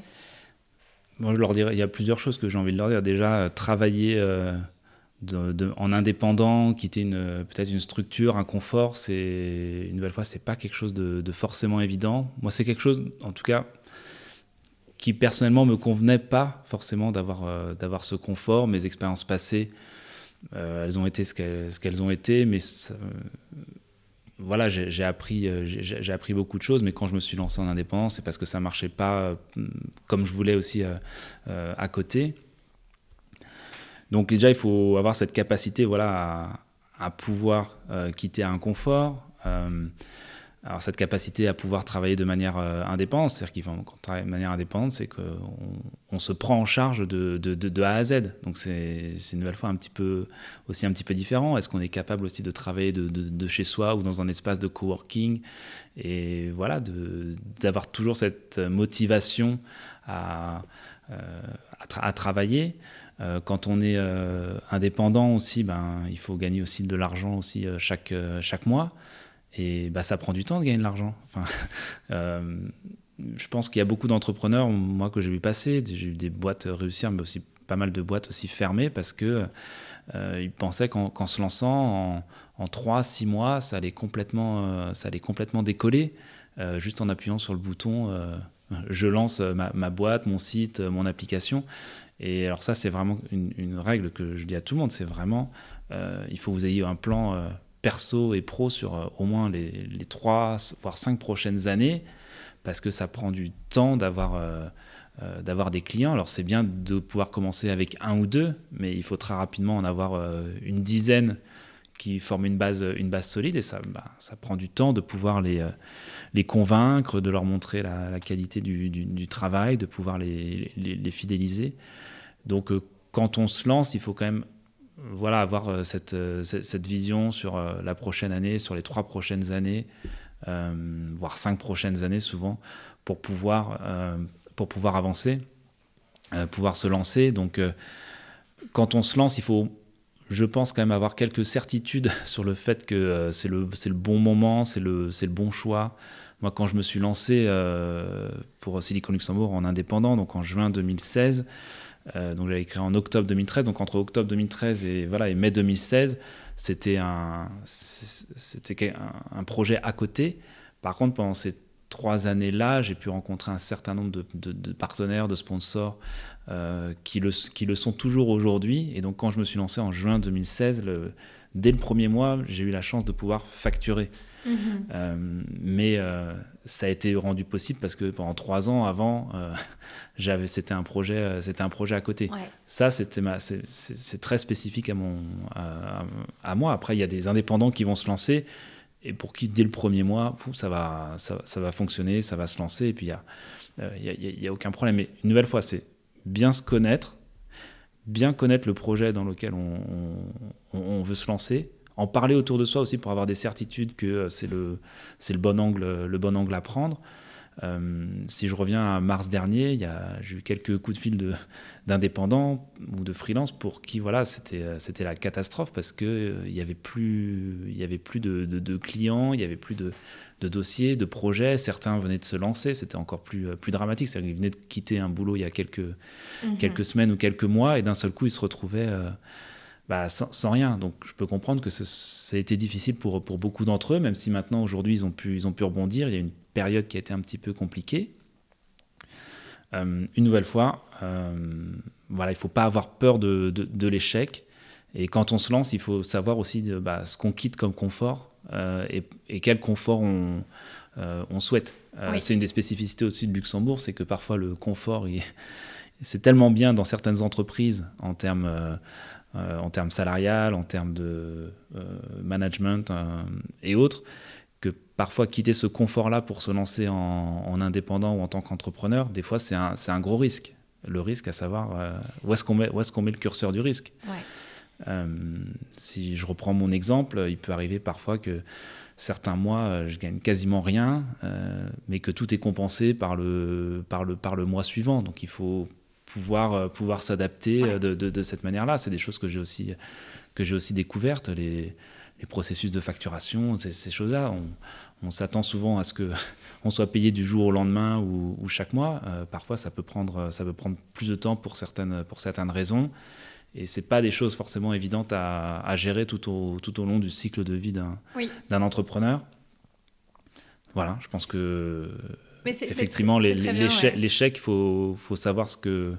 Bon, je leur dirais, il y a plusieurs choses que j'ai envie de leur dire. Déjà, euh, travailler euh, de, de, en indépendant, quitter une, peut-être une structure, un confort, c'est, une nouvelle fois, c'est pas quelque chose de, de forcément évident. Moi, c'est quelque chose, en tout cas, qui personnellement me convenait pas forcément d'avoir, euh, d'avoir ce confort. Mes expériences passées, euh, elles ont été ce qu'elles, ce qu'elles ont été, mais ça, euh, voilà, j'ai, j'ai, appris, euh, j'ai, j'ai appris beaucoup de choses, mais quand je me suis lancé en indépendance, c'est parce que ça marchait pas euh, comme je voulais aussi euh, euh, à côté. Donc déjà, il faut avoir cette capacité voilà, à, à pouvoir euh, quitter un confort. Euh, alors cette capacité à pouvoir travailler de manière euh, indépendante, c'est-à-dire qu'il faut, quand on travaille de manière indépendante, c'est qu'on on se prend en charge de, de, de, de A à Z. Donc c'est, c'est une nouvelle fois un petit peu, aussi un petit peu différent. Est-ce qu'on est capable aussi de travailler de, de, de chez soi ou dans un espace de coworking, et voilà, de, d'avoir toujours cette motivation à, euh, à, tra- à travailler. Euh, quand on est euh, indépendant aussi, ben, il faut gagner aussi de l'argent aussi euh, chaque, euh, chaque mois. Et bah, ça prend du temps de gagner de l'argent. Enfin, euh, je pense qu'il y a beaucoup d'entrepreneurs, moi, que j'ai vu passer, j'ai vu des boîtes réussir, mais aussi pas mal de boîtes aussi fermées parce qu'ils euh, pensaient qu'en, qu'en se lançant en, en trois six mois, ça allait complètement, euh, ça allait complètement décoller, euh, juste en appuyant sur le bouton euh, « je lance ma, ma boîte, mon site, mon application ». Et alors ça, c'est vraiment une, une règle que je dis à tout le monde, c'est vraiment, euh, il faut que vous ayez un plan euh, perso et pro sur euh, au moins les, les trois, voire cinq prochaines années, parce que ça prend du temps d'avoir, euh, euh, d'avoir des clients. Alors c'est bien de pouvoir commencer avec un ou deux, mais il faut très rapidement en avoir euh, une dizaine qui forment une base, une base solide, et ça, bah, ça prend du temps de pouvoir les, euh, les convaincre, de leur montrer la, la qualité du, du, du travail, de pouvoir les, les, les fidéliser. Donc euh, quand on se lance, il faut quand même voilà, avoir cette, cette vision sur la prochaine année, sur les trois prochaines années, euh, voire cinq prochaines années souvent, pour pouvoir, euh, pour pouvoir avancer, euh, pouvoir se lancer. Donc, euh, quand on se lance, il faut, je pense, quand même avoir quelques certitudes sur le fait que euh, c'est, le, c'est le bon moment, c'est le, c'est le bon choix. Moi, quand je me suis lancé euh, pour Silicon Luxembourg en indépendant, donc en juin deux mille seize, Euh, donc j'avais créé en octobre deux mille treize, donc entre octobre deux mille treize et, voilà, et mai deux mille seize, c'était, un, c'était un, un projet à côté. Par contre, pendant ces trois années-là, j'ai pu rencontrer un certain nombre de, de, de partenaires, de sponsors euh, qui, le, qui le sont toujours aujourd'hui. Et donc quand je me suis lancé en juin deux mille seize, le, dès le premier mois, j'ai eu la chance de pouvoir facturer. Mmh. Euh, mais euh, ça a été rendu possible parce que pendant trois ans avant, euh, j'avais, c'était un projet, euh, c'était un projet à côté. Ouais. Ça, c'était ma, c'est, c'est, c'est très spécifique à mon, à, à moi. Après, il y a des indépendants qui vont se lancer, et pour qui, dès le premier mois, pouf, ça, va, ça, ça va fonctionner, ça va se lancer, et puis il n'y a, euh, y a, y a, y a aucun problème. Mais une nouvelle fois, c'est bien se connaître, bien connaître le projet dans lequel on, on, on veut se lancer, en parler autour de soi aussi pour avoir des certitudes que c'est le, c'est le, bon angle, le bon angle à prendre. Euh, si je reviens à mars dernier, il y a, j'ai eu quelques coups de fil de, d'indépendants ou de freelance pour qui voilà, c'était, c'était la catastrophe parce qu'il euh, n'y avait plus, il y avait plus de, de, de clients, il n'y avait plus de, de dossiers, de projets. Certains venaient de se lancer, c'était encore plus, plus dramatique. C'est-à-dire qu'ils venaient de quitter un boulot il y a quelques, mmh. quelques semaines ou quelques mois et d'un seul coup, ils se retrouvaient euh, bah, sans, sans rien. Donc je peux comprendre que ce, ça a été difficile pour, pour beaucoup d'entre eux, même si maintenant, aujourd'hui, ils ont pu, ils ont pu rebondir. Il y a une période qui a été un petit peu compliquée. Euh, une nouvelle fois, euh, voilà, il ne faut pas avoir peur de, de, de l'échec. Et quand on se lance, il faut savoir aussi de, bah, ce qu'on quitte comme confort euh, et, et quel confort on, euh, on souhaite. Euh, oui. C'est une des spécificités aussi de Luxembourg, c'est que parfois le confort, il, c'est tellement bien dans certaines entreprises en termes, euh, euh, en termes salarial, en termes de euh, management euh, et autres, que parfois quitter ce confort-là pour se lancer en, en indépendant ou en tant qu'entrepreneur, des fois c'est un, c'est un gros risque. Le risque à savoir euh, où, est-ce qu'on met, où est-ce qu'on met le curseur du risque. Ouais. Euh, si je reprends mon exemple, il peut arriver parfois que certains mois, je gagne quasiment rien, euh, mais que tout est compensé par le, par le, par le mois suivant. Donc il faut pouvoir, pouvoir s'adapter ouais. de, de, de cette manière-là. C'est des choses que j'ai aussi, que j'ai aussi découvertes, les, les processus de facturation, ces, ces choses-là. On, on s'attend souvent à ce qu'on soit payé du jour au lendemain ou, ou chaque mois. Euh, parfois, ça peut, prendre, ça peut prendre plus de temps pour certaines, pour certaines raisons. Et ce n'est pas des choses forcément évidentes à, à gérer tout au, tout au long du cycle de vie d'un, oui. d'un entrepreneur. Voilà, je pense que Mais c'est, effectivement, c'est, c'est les, bien, l'échec, ouais. l'échec, il faut, faut savoir ce que,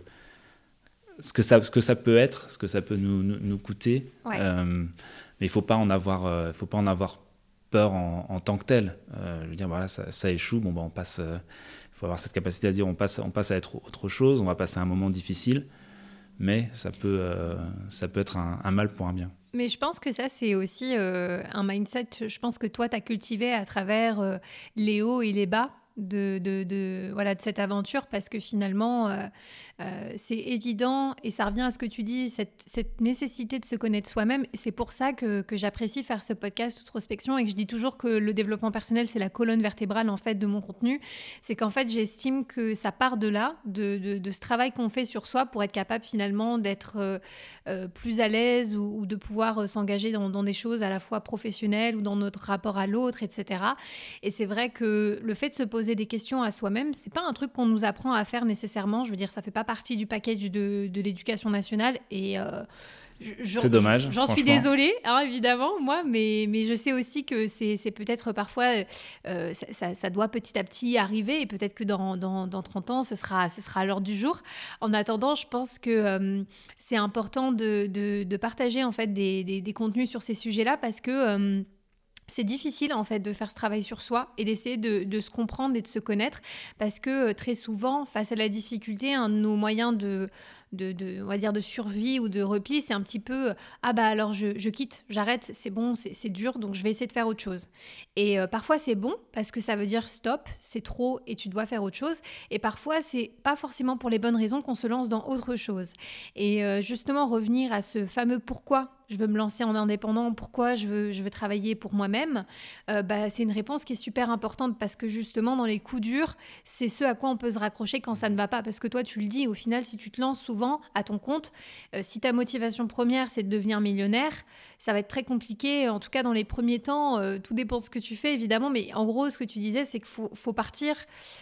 ce, que ça, ce que ça peut être, ce que ça peut nous, nous, nous coûter. Ouais. Euh, mais il ne faut pas en avoir, euh, faut pas en avoir peur en, en tant que tel. Euh, je veux dire, voilà, ça, ça échoue, bon, ben, on passe, euh, il faut avoir cette capacité à dire on passe, on passe à être autre chose, on va passer à un moment difficile. Mais ça peut, euh, ça peut être un, un mal pour un bien. Mais je pense que ça, c'est aussi euh, un mindset, je pense que toi, tu as cultivé à travers euh, les hauts et les bas de, de, de, voilà, de cette aventure, parce que finalement, euh, euh, c'est évident, et ça revient à ce que tu dis, cette, cette nécessité de se connaître soi-même. C'est pour ça que, que j'apprécie faire ce podcast Outrospection, et que je dis toujours que le développement personnel, c'est la colonne vertébrale en fait, de mon contenu. C'est qu'en fait, j'estime que ça part de là, de, de, de ce travail qu'on fait sur soi pour être capable finalement d'être euh, euh, plus à l'aise ou, ou de pouvoir euh, s'engager dans, dans des choses à la fois professionnelles ou dans notre rapport à l'autre, et cetera. Et c'est vrai que le fait de se poser des questions à soi-même, c'est pas un truc qu'on nous apprend à faire nécessairement. Je veux dire, ça fait pas partie du package de, de l'éducation nationale et euh, je, c'est dommage. J'en suis désolée, hein, évidemment, moi, mais, mais je sais aussi que c'est, c'est peut-être parfois, euh, ça, ça, ça doit petit à petit arriver et peut-être que dans, dans, dans trente ans, ce sera, ce sera à l'ordre du jour. En attendant, je pense que euh, c'est important de, de, de partager en fait des, des, des contenus sur ces sujets-là parce que euh, c'est difficile en fait de faire ce travail sur soi et d'essayer de, de se comprendre et de se connaître parce que euh, très souvent, face à la difficulté, un de nos moyens de, de, de, on va dire de survie ou de repli, c'est un petit peu « Ah bah alors je, je quitte, j'arrête, c'est bon, c'est, c'est dur, donc je vais essayer de faire autre chose. » Et euh, parfois c'est bon parce que ça veut dire « Stop, c'est trop et tu dois faire autre chose. » Et parfois c'est pas forcément pour les bonnes raisons qu'on se lance dans autre chose. Et euh, justement revenir à ce fameux « Pourquoi ?» je veux me lancer en indépendant, pourquoi je veux, je veux travailler pour moi-même, euh, bah, c'est une réponse qui est super importante parce que justement, dans les coups durs, c'est ce à quoi on peut se raccrocher quand ça ne va pas. Parce que toi, tu le dis, au final, si tu te lances souvent à ton compte, euh, si ta motivation première, c'est de devenir millionnaire, ça va être très compliqué. En tout cas, dans les premiers temps, euh, tout dépend de ce que tu fais, évidemment. Mais en gros, ce que tu disais, c'est qu'il faut, faut partir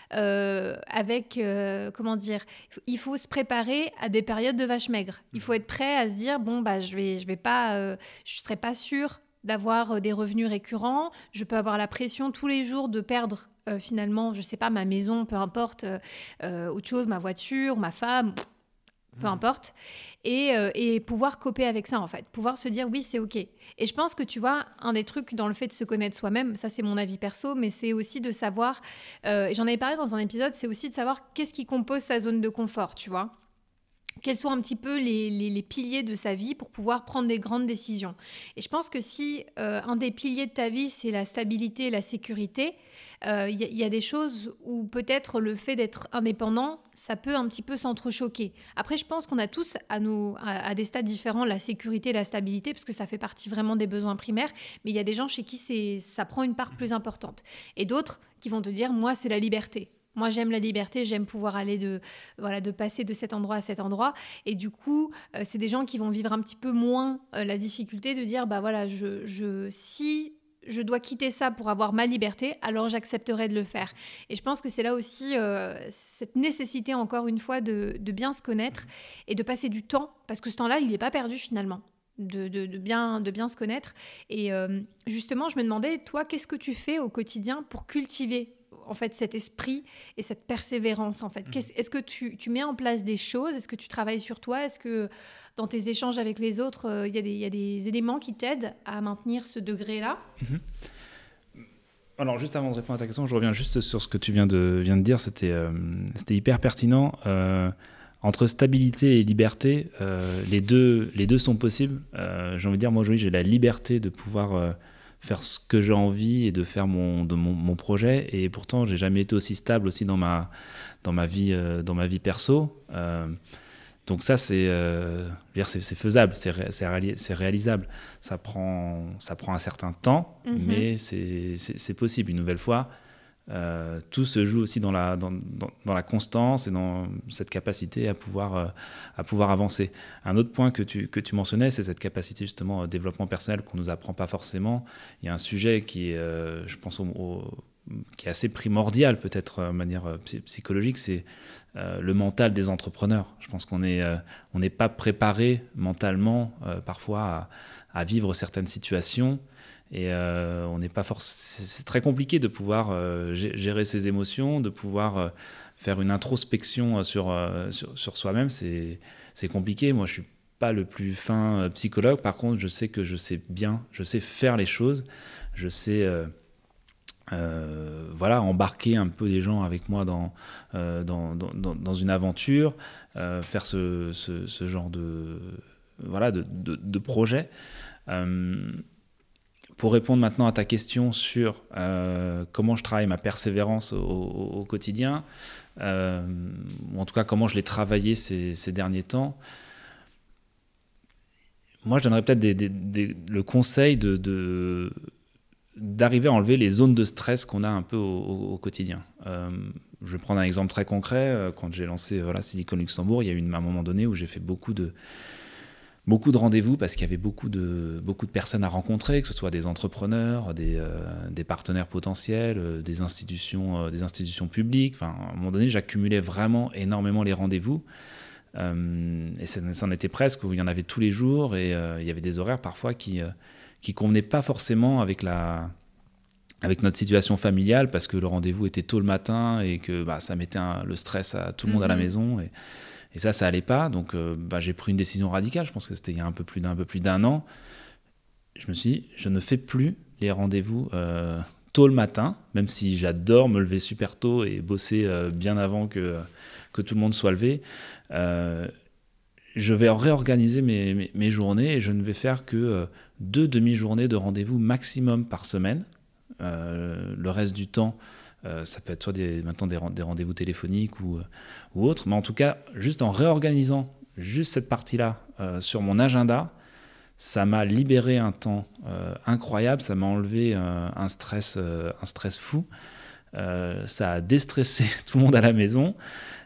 euh, avec, euh, comment dire, il faut se préparer à des périodes de vache maigre. Il faut être prêt à se dire, bon, bah, je vais, je vais pas Euh, je ne serais pas sûre d'avoir des revenus récurrents. Je peux avoir la pression tous les jours de perdre euh, finalement, je ne sais pas, ma maison, peu importe, euh, euh, autre chose, ma voiture, ma femme, peu importe. Et, euh, et pouvoir coper avec ça, en fait. Pouvoir se dire, oui, c'est OK. Et je pense que, tu vois, un des trucs dans le fait de se connaître soi-même, ça, c'est mon avis perso, mais c'est aussi de savoir, euh, et j'en avais parlé dans un épisode, c'est aussi de savoir qu'est-ce qui compose sa zone de confort, tu vois. quels sont un petit peu les, les- les piliers de sa vie pour pouvoir prendre des grandes décisions. Et je pense que si euh, un des piliers de ta vie, c'est la stabilité et la sécurité, euh, il y, a il y a des choses où peut-être le fait d'être indépendant, ça peut un petit peu s'entrechoquer. Après, je pense qu'on a tous à, nos, à, à des stades différents la sécurité et la stabilité, parce que ça fait partie vraiment des besoins primaires, mais il y a des gens chez qui c'est, ça prend une part plus importante. Et d'autres qui vont te dire, moi, c'est la liberté. Moi, j'aime la liberté, j'aime pouvoir aller de, voilà, de passer de cet endroit à cet endroit. Et du coup, euh, c'est des gens qui vont vivre un petit peu moins euh, la difficulté de dire, bah voilà, je, je, si je dois quitter ça pour avoir ma liberté, alors j'accepterai de le faire. Et je pense que c'est là aussi euh, cette nécessité, encore une fois, de, de bien se connaître et de passer du temps, parce que ce temps-là, il n'est pas perdu finalement. De, de, de bien, de bien se connaître. Et euh, justement, je me demandais, toi, qu'est-ce que tu fais au quotidien pour cultiver en fait cet esprit et cette persévérance en fait. Qu'est-ce- Est-ce que tu, tu mets en place des choses? Est-ce que tu travailles sur toi? Est-ce que dans tes échanges avec les autres, euh, il y a des, il y a des éléments qui t'aident à maintenir ce degré-là? Mhm. Alors, juste avant de répondre à ta question, je reviens juste sur ce que tu viens de, viens de dire. C'était, euh, c'était hyper pertinent. Euh, entre stabilité et liberté, euh, les, deux, les deux sont possibles. Euh, j'ai envie de dire, moi aujourd'hui, j'ai la liberté de pouvoir euh, faire ce que j'ai envie et de faire mon, de mon, mon projet. Et pourtant, j'ai jamais été aussi stable aussi dans ma, dans ma, vie, euh, dans ma vie perso. Euh, donc ça, c'est, euh, je veux dire, c'est, c'est faisable, c'est, ré, c'est, réali- c'est réalisable. Ça prend, ça prend un certain temps, Mhm. mais c'est, c'est, c'est possible. Une nouvelle fois, euh, tout se joue aussi dans la, dans, dans, dans la constance et dans cette capacité à pouvoir, euh, à pouvoir avancer. Un autre point que tu, que tu mentionnais, c'est cette capacité justement au développement personnel qu'on ne nous apprend pas forcément. Il y a un sujet qui est, euh, je pense, au, au, qui est assez primordial peut-être de manière euh, psychologique, c'est euh, le mental des entrepreneurs. Je pense qu'on n'est euh, on n'est pas préparé mentalement euh, parfois à, à vivre certaines situations. Et euh, on n'est pas forcément. C'est très compliqué de pouvoir euh, gérer ses émotions, de pouvoir euh, faire une introspection sur, euh, sur, sur soi-même. C'est, c'est compliqué. Moi, je suis pas le plus fin euh, psychologue. Par contre, je sais que je sais bien, je sais faire les choses. Je sais, euh, euh, voilà, embarquer un peu des gens avec moi dans, euh, dans, dans, dans une aventure, euh, faire ce, ce, ce genre de, voilà, de, de, de projet. Euh, Pour répondre maintenant à ta question sur euh, comment je travaille ma persévérance au, au, au quotidien, euh, ou en tout cas comment je l'ai travaillé ces, ces derniers temps, moi je donnerais peut-être des, des, des, le conseil de, de, d'arriver à enlever les zones de stress qu'on a un peu au, au, au quotidien. Euh, je vais prendre un exemple très concret. Quand j'ai lancé voilà, Silicon Luxembourg, il y a eu une, un moment donné où j'ai fait beaucoup de Beaucoup de rendez-vous parce qu'il y avait beaucoup de, beaucoup de personnes à rencontrer, que ce soit des entrepreneurs, des, euh, des partenaires potentiels, euh, des, institutions, euh, des institutions publiques. Enfin, à un moment donné, j'accumulais vraiment énormément les rendez-vous. Euh, et ça, ça en était presque, où il y en avait tous les jours et euh, il y avait des horaires parfois qui ne euh, qui convenaient pas forcément avec, la, avec notre situation familiale parce que le rendez-vous était tôt le matin et que bah, ça mettait un, le stress à tout le monde mm-hmm. à la maison. Et, Et ça, ça allait pas. Donc, euh, bah, j'ai pris une décision radicale. Je pense que c'était il y a un peu plus d'un, un peu plus d'un an. Je me suis dit, je ne fais plus les rendez-vous euh, tôt le matin, même si j'adore me lever super tôt et bosser euh, bien avant que, que tout le monde soit levé. Euh, je vais réorganiser mes, mes, mes journées et je ne vais faire que euh, deux demi-journées de rendez-vous maximum par semaine. Euh, le reste du temps, Euh, ça peut être soit des, maintenant des, des rendez-vous téléphoniques ou, ou autres, mais en tout cas, juste en réorganisant juste cette partie-là euh, sur mon agenda, ça m'a libéré un temps euh, incroyable, ça m'a enlevé euh, un, stress, euh, un stress fou, euh, ça a déstressé tout le monde à la maison,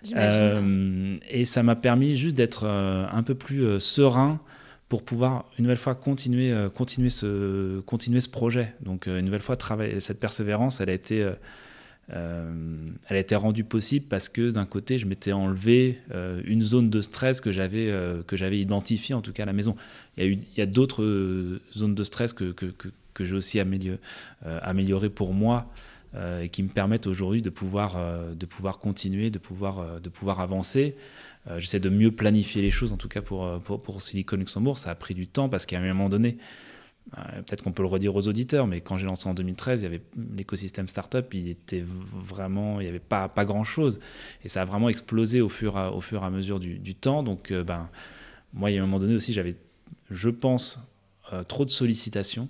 euh, et ça m'a permis juste d'être euh, un peu plus euh, serein pour pouvoir une nouvelle fois continuer, euh, continuer, ce, continuer ce projet. Donc euh, une nouvelle fois, travailler, cette persévérance, elle a été... Euh, Euh, elle a été rendue possible parce que d'un côté, je m'étais enlevé euh, une zone de stress que j'avais, euh, que j'avais identifiée, en tout cas à la maison. Il y a, eu, il y a d'autres euh, zones de stress que, que, que, que j'ai aussi améliorées euh, amélioré pour moi euh, et qui me permettent aujourd'hui de pouvoir, euh, de pouvoir continuer, de pouvoir, euh, de pouvoir avancer. Euh, j'essaie de mieux planifier les choses, en tout cas pour, pour, pour Silicon Luxembourg. Ça a pris du temps parce qu'à un moment donné, Euh, peut-être qu'on peut le redire aux auditeurs, mais quand j'ai lancé en deux mille treize, il y avait l'écosystème startup, il était vraiment, il n'y avait pas, pas grand-chose. Et ça a vraiment explosé au fur, à, au fur et à mesure du, du temps. Donc, euh, ben, moi, il y a un moment donné aussi, j'avais, je pense, euh, trop de sollicitations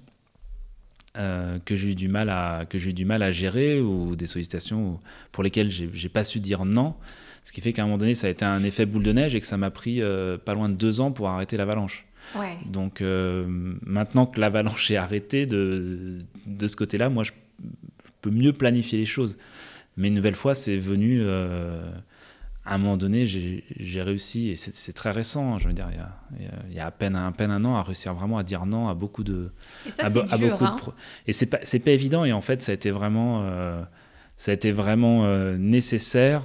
euh, que j'ai eu du mal à, que j'ai eu du mal à gérer, ou des sollicitations pour lesquelles j'ai, j'ai pas su dire non. Ce qui fait qu'à un moment donné, ça a été un effet boule de neige et que ça m'a pris euh, pas loin de deux ans pour arrêter l'avalanche. Ouais. Donc euh, maintenant que l'avalanche est arrêtée de, de ce côté-là, moi je peux mieux planifier les choses. Mais une nouvelle fois, c'est venu euh, à un moment donné, j'ai, j'ai réussi, et c'est, c'est très récent, hein, je veux dire, il y a, il y a, il y a à, peine, à peine un an, à réussir vraiment à dire non à beaucoup de... Et ça, à, c'est à dur, beaucoup hein. de pro- Et c'est pas, c'est pas évident, et en fait, ça a été vraiment, euh, ça a été vraiment euh, nécessaire.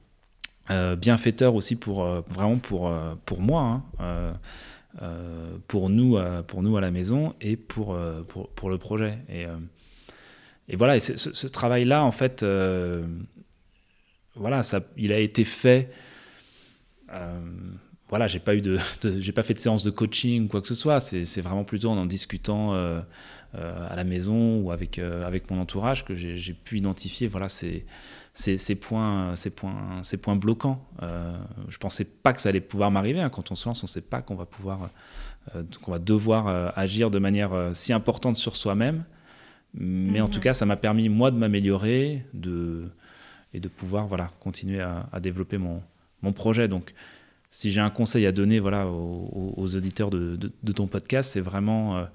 Euh, bienfaiteur aussi pour euh, vraiment pour euh, pour moi, hein, euh, euh, pour nous euh, pour nous à la maison, et pour euh, pour, pour le projet, et euh, et voilà, et ce, ce travail là en fait, euh, voilà, ça il a été fait, euh, voilà, j'ai pas eu de, de j'ai pas fait de séance de coaching ou quoi que ce soit, c'est c'est vraiment plutôt en en discutant euh, euh, à la maison ou avec euh, avec mon entourage que j'ai, j'ai pu identifier, voilà, c'est Ces, ces, points, ces, points, ces points bloquants. Euh, je ne pensais pas que ça allait pouvoir m'arriver. Hein. Quand on se lance, on ne sait pas qu'on va, pouvoir, euh, qu'on va devoir euh, agir de manière euh, si importante sur soi-même. Mais mm-hmm. en tout cas, ça m'a permis, moi, de m'améliorer de, et de pouvoir voilà, continuer à, à développer mon, mon projet. Donc, si j'ai un conseil à donner voilà, aux, aux auditeurs de, de, de ton podcast, c'est vraiment... Euh,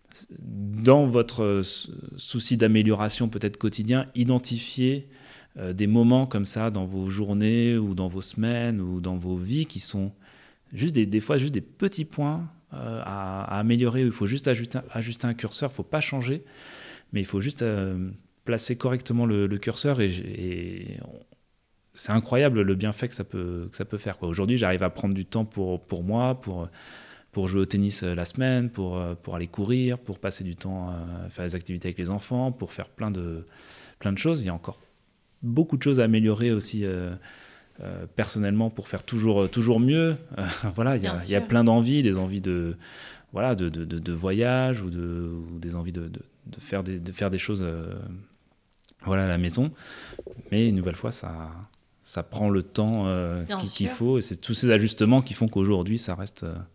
dans votre souci d'amélioration peut-être quotidien, identifier euh, des moments comme ça dans vos journées ou dans vos semaines ou dans vos vies qui sont juste des, des fois juste des petits points euh, à, à améliorer. Il faut juste ajuster, ajuster un curseur, il ne faut pas changer, mais il faut juste euh, placer correctement le, le curseur, et, et c'est incroyable le bienfait que ça peut, que ça peut faire, quoi. Aujourd'hui, j'arrive à prendre du temps pour, pour moi, pour... pour jouer au tennis la semaine, pour, pour aller courir, pour passer du temps à faire des activités avec les enfants, pour faire plein de, plein de choses. Il y a encore beaucoup de choses à améliorer aussi euh, euh, personnellement pour faire toujours, toujours mieux. Euh, voilà, il y, a, il y a plein d'envies, des envies de, voilà, de, de, de, de voyage, ou, de, ou des envies de, de, de, faire des, de faire des choses euh, voilà, à la maison. Mais une nouvelle fois, ça... ça prend le temps euh, qu'il, qu'il faut, et c'est tous ces ajustements qui font qu'aujourd'hui, ça reste... Euh,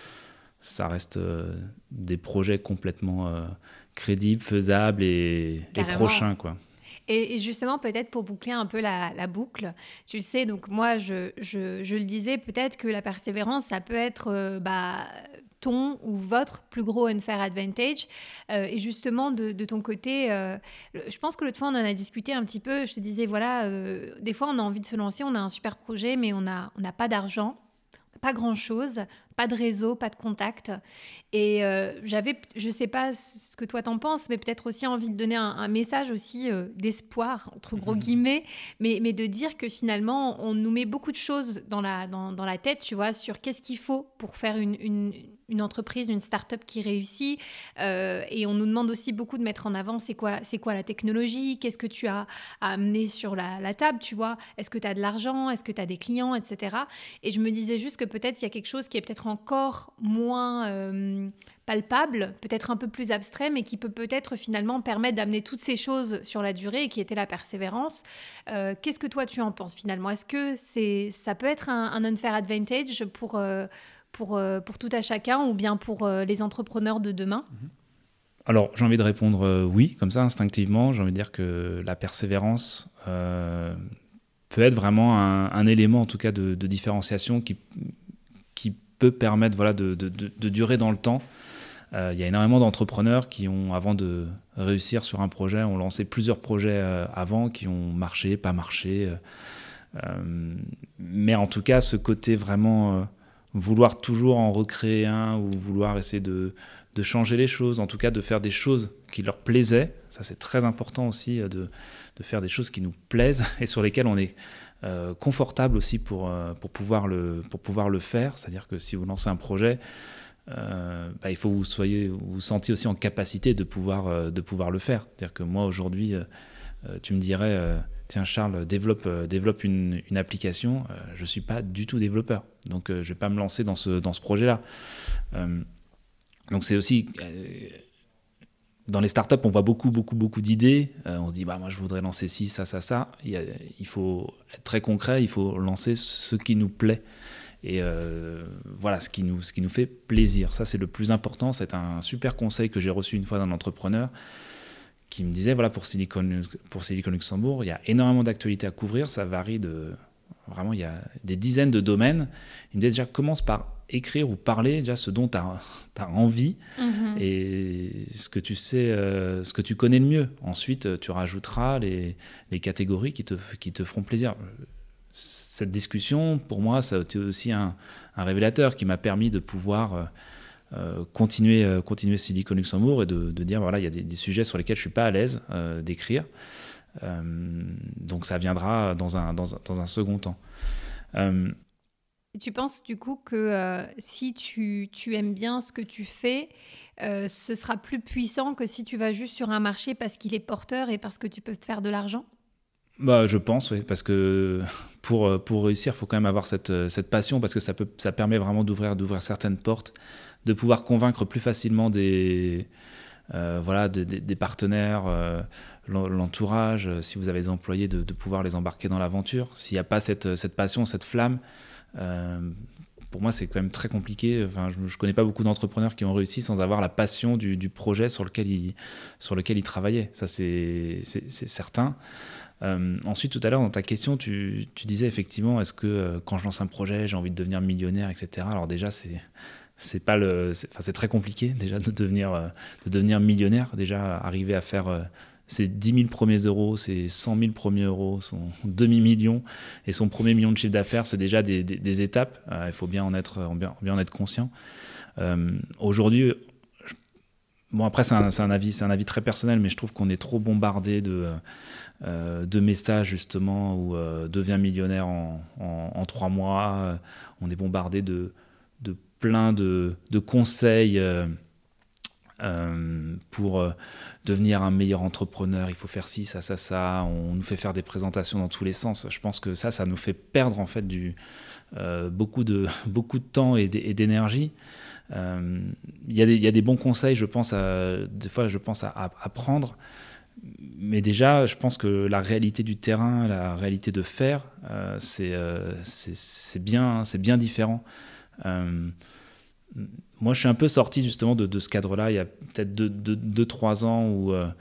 ça reste euh, des projets complètement euh, crédibles, faisables et, et prochains, quoi. Et, et justement, peut-être pour boucler un peu la, la boucle, tu le sais, donc moi, je, je, je le disais, peut-être que la persévérance, ça peut être euh, bah, ton ou votre plus gros unfair advantage. Euh, et justement, de, de ton côté, euh, je pense que l'autre fois, on en a discuté un petit peu. Je te disais, voilà, euh, des fois, on a envie de se lancer, on a un super projet, mais on n'a on n'a pas d'argent. Pas grand-chose, pas de réseau, pas de contact. Et euh, j'avais, je ne sais pas ce que toi t'en penses, mais peut-être aussi envie de donner un, un message aussi euh, d'espoir, entre gros guillemets, mais, mais de dire que finalement, on nous met beaucoup de choses dans la, dans, dans la tête, tu vois, sur qu'est-ce qu'il faut pour faire une, une, une entreprise, une start-up qui réussit. Euh, et on nous demande aussi beaucoup de mettre en avant c'est quoi, c'est quoi la technologie, qu'est-ce que tu as à amener sur la, la table, tu vois, est-ce que tu as de l'argent, est-ce que tu as des clients, et cetera. Et je me disais juste que peut-être il y a quelque chose qui est peut-être encore moins euh, palpable, peut-être un peu plus abstrait, mais qui peut peut-être finalement permettre d'amener toutes ces choses sur la durée, et qui était la persévérance. Euh, qu'est-ce que toi tu en penses finalement ? Est-ce que c'est, ça peut être un, un unfair advantage pour, euh, pour, euh, pour tout à chacun, ou bien pour euh, les entrepreneurs de demain ? Alors, j'ai envie de répondre euh, oui, comme ça, instinctivement. J'ai envie de dire que la persévérance euh, peut être vraiment un, un élément, en tout cas, de, de différenciation qui, qui peut permettre voilà, de, de, de, de durer dans le temps. Euh, il y a énormément d'entrepreneurs qui ont, avant de réussir sur un projet, ont lancé plusieurs projets euh, avant, qui ont marché, pas marché. Euh, mais en tout cas, ce côté vraiment euh, vouloir toujours en recréer un, ou vouloir essayer de, de changer les choses, en tout cas de faire des choses qui leur plaisaient, ça c'est très important aussi, de, de faire des choses qui nous plaisent et sur lesquelles on est euh, confortable aussi pour, euh, pour, pouvoir le, pour pouvoir le faire. C'est-à-dire que si vous lancez un projet, Euh, bah, il faut que vous soyez, vous vous sentiez aussi en capacité de pouvoir, euh, de pouvoir le faire. C'est-à-dire que moi aujourd'hui, euh, tu me dirais, euh, tiens Charles, développe, euh, développe une, une application. Euh, je ne suis pas du tout développeur, donc euh, je ne vais pas me lancer dans ce, dans ce projet-là. Euh, donc c'est aussi, euh, dans les startups, on voit beaucoup, beaucoup, beaucoup d'idées. Euh, on se dit, bah, moi, je voudrais lancer ci, ça, ça, ça. Il, y a, il faut être très concret, il faut lancer ce qui nous plaît. Et euh, voilà, ce qui, nous, ce qui nous fait plaisir. Ça, c'est le plus important. C'est un super conseil que j'ai reçu une fois d'un entrepreneur qui me disait, voilà, pour Silicon, pour Silicon Luxembourg, il y a énormément d'actualités à couvrir. Ça varie de... Vraiment, il y a des dizaines de domaines. Il me disait déjà, commence par écrire ou parler déjà ce dont tu as envie Mhm. et ce que tu sais, euh, ce que tu connais le mieux. Ensuite, tu rajouteras les, les catégories qui te, qui te feront plaisir. Cette discussion, pour moi, ça a été aussi un, un révélateur qui m'a permis de pouvoir euh, continuer, euh, continuer Silicon Luxembourg et de, de dire, voilà, il y a des, des sujets sur lesquels je ne suis pas à l'aise euh, d'écrire. Euh, donc ça viendra dans un, dans un, dans un second temps. Euh, Tu penses du coup que euh, si tu, tu aimes bien ce que tu fais, euh, ce sera plus puissant que si tu vas juste sur un marché parce qu'il est porteur et parce que tu peux te faire de l'argent? Bah, je pense, oui, parce que pour, pour réussir, il faut quand même avoir cette, cette passion, parce que ça, peut, ça permet vraiment d'ouvrir, d'ouvrir certaines portes, de pouvoir convaincre plus facilement des, euh, voilà, de, de, des partenaires, euh, l'entourage, si vous avez des employés, de, de pouvoir les embarquer dans l'aventure. S'il n'y a pas cette, cette passion, cette flamme, euh, pour moi, c'est quand même très compliqué. Enfin, je ne connais pas beaucoup d'entrepreneurs qui ont réussi sans avoir la passion du, du projet sur lequel ils, sur lequel ils travaillaient. Ça, c'est, c'est, c'est certain. Euh, ensuite, tout à l'heure, dans ta question, tu, tu disais effectivement, est-ce que euh, quand je lance un projet, j'ai envie de devenir millionnaire, et cetera. Alors déjà, c'est, c'est, pas le, c'est, enfin, c'est très compliqué déjà de devenir, euh, de devenir millionnaire. Déjà, arriver à faire euh, ses dix mille premiers euros, ses cent mille premiers euros, son demi-million et son premier million de chiffre d'affaires, c'est déjà des, des, des étapes. Euh, il faut bien en être, bien, bien en être conscient. Euh, aujourd'hui, je, bon après, c'est un, c'est, un avis, c'est un avis très personnel, mais je trouve qu'on est trop bombardé de... Euh, de messages justement où euh, deviens millionnaire en, en, en trois mois. Euh, on est bombardé de, de plein de, de conseils euh, euh, pour euh, devenir un meilleur entrepreneur. Il faut faire ci, ça, ça, ça. On nous fait faire des présentations dans tous les sens. Je pense que ça, ça nous fait perdre en fait du, euh, beaucoup, de, beaucoup de temps et d'énergie. Il euh, y, y a des bons conseils, je pense, à, des fois, je pense à, à, à prendre. Mais déjà, je pense que la réalité du terrain, la réalité de faire, euh, c'est, euh, c'est, c'est, bien, c'est bien différent. Euh, moi, je suis un peu sorti justement de, de ce cadre-là il y a peut-être deux trois ans où euh,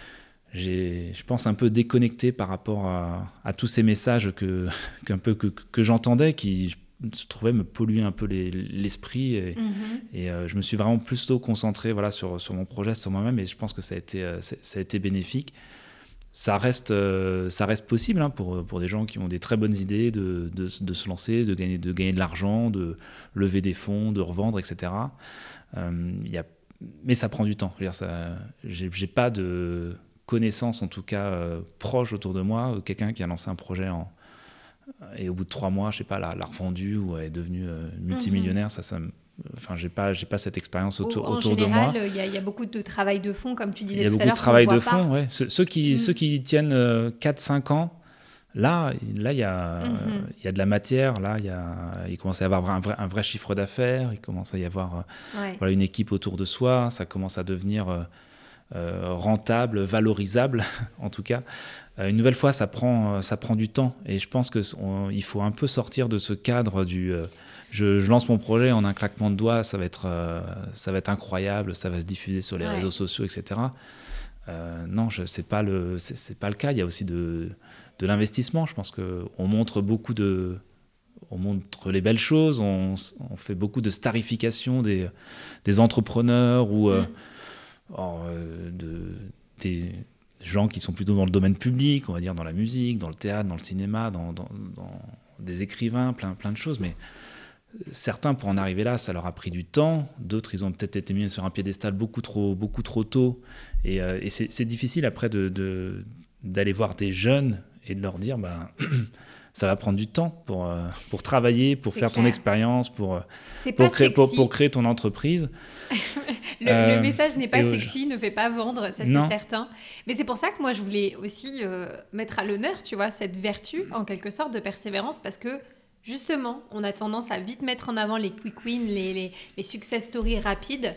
j'ai, je pense, un peu déconnecté par rapport à, à tous ces messages que, qu'un peu, que, que j'entendais qui, je trouvais, me polluer un peu les, l'esprit et, Mhm. et euh, je me suis vraiment plutôt concentré voilà, sur, sur mon projet, sur moi-même et je pense que ça a été, euh, ça a été bénéfique. Ça reste, euh, ça reste possible hein, pour, pour des gens qui ont des très bonnes idées de, de, de se lancer, de gagner, de gagner de l'argent, de lever des fonds, de revendre, et cetera. Euh, y a, mais ça prend du temps. Je veux dire, ça, j'ai, j'ai pas de connaissances, en tout cas euh, proches autour de moi, quelqu'un qui a lancé un projet en, et au bout de trois mois, je sais pas, l'a, l'a revendu ou est devenu euh, multimillionnaire. Mm-hmm. Ça, ça, enfin, j'ai pas, j'ai pas cette expérience autour, autour général, de moi. En général, il y a beaucoup de travail de fond, comme tu disais tout à l'heure. Il y a beaucoup de travail de fond, ouais. Ceux, ceux qui, mm. ceux qui tiennent euh, quatre cinq ans, là, là, il y a, mm-hmm. euh, il y a de la matière. Là, il y a, il commence à y avoir un vrai, un vrai chiffre d'affaires. Il commence à y avoir, euh, ouais. voilà, une équipe autour de soi. Ça commence à devenir euh, euh, rentable, valorisable, en tout cas. Euh, une nouvelle fois, ça prend, ça prend du temps. Et je pense qu'il faut un peu sortir de ce cadre du... Euh, je, je lance mon projet en un claquement de doigts, ça va être, euh, ça va être incroyable, ça va se diffuser sur les ouais. réseaux sociaux, et cetera. Euh, non, ce n'est pas, pas le cas. Il y a aussi de, de l'investissement. Je pense qu'on montre beaucoup de... On montre les belles choses, on, on fait beaucoup de starification des, des entrepreneurs ou euh, mm. or, euh, de, des... gens qui sont plutôt dans le domaine public, on va dire dans la musique, dans le théâtre, dans le cinéma, dans, dans, dans des écrivains, plein, plein de choses. Mais certains, pour en arriver là, ça leur a pris du temps. D'autres, ils ont peut-être été mis sur un piédestal beaucoup trop, beaucoup trop tôt. Et, euh, et c'est, c'est difficile après de, de, d'aller voir des jeunes et de leur dire bah, ça va prendre du temps pour, euh, pour travailler, pour c'est faire clair. Ton expérience, pour, pour, créer, pour, pour créer ton entreprise. le, euh, le message n'est pas sexy, je... ne fait pas vendre, ça non. C'est certain. Mais c'est pour ça que moi, je voulais aussi euh, mettre à l'honneur, tu vois, cette vertu, en quelque sorte, de persévérance, parce que justement, on a tendance à vite mettre en avant les quick wins, les, les, les success stories rapides.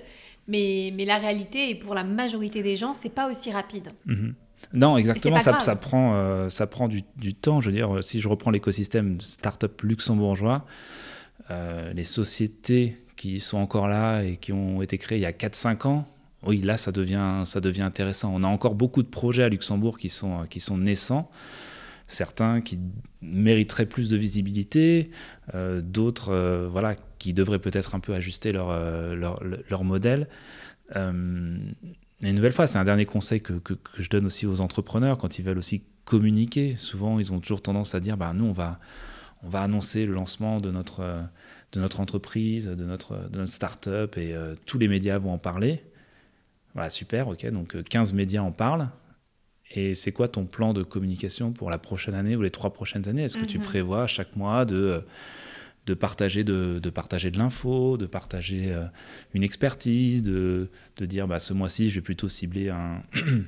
Mais, mais la réalité, et pour la majorité des gens, c'est pas aussi rapide. Mmh. Non, exactement, ça, grave. ça prend, euh, ça prend du, du temps. Je veux dire, si je reprends l'écosystème start-up luxembourgeois, euh, les sociétés qui sont encore là et qui ont été créées il y a quatre cinq ans, oui, là, ça devient, ça devient intéressant. On a encore beaucoup de projets à Luxembourg qui sont, qui sont naissants. Certains qui mériteraient plus de visibilité, euh, d'autres euh, voilà, qui devraient peut-être un peu ajuster leur, euh, leur, leur modèle. Euh, et une nouvelle fois, c'est un dernier conseil que, que, que je donne aussi aux entrepreneurs quand ils veulent aussi communiquer. Souvent, ils ont toujours tendance à dire bah, nous, on va, on va annoncer le lancement de notre, de notre entreprise, de notre, de notre start-up, et euh, tous les médias vont en parler. Voilà, super, ok, donc quinze médias en parlent. Et c'est quoi ton plan de communication pour la prochaine année ou les trois prochaines années ? Est-ce que mm-hmm. tu prévois chaque mois de, de, partager, de, de partager de l'info, de partager euh, une expertise, de, de dire bah, ce mois-ci, je vais plutôt cibler un,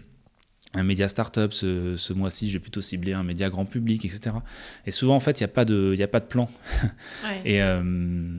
un média start-up, ce, ce mois-ci, je vais plutôt cibler un média grand public, et cetera. Et souvent, en fait, il n'y a pas de, y a pas de plan. Ouais. Et... Euh,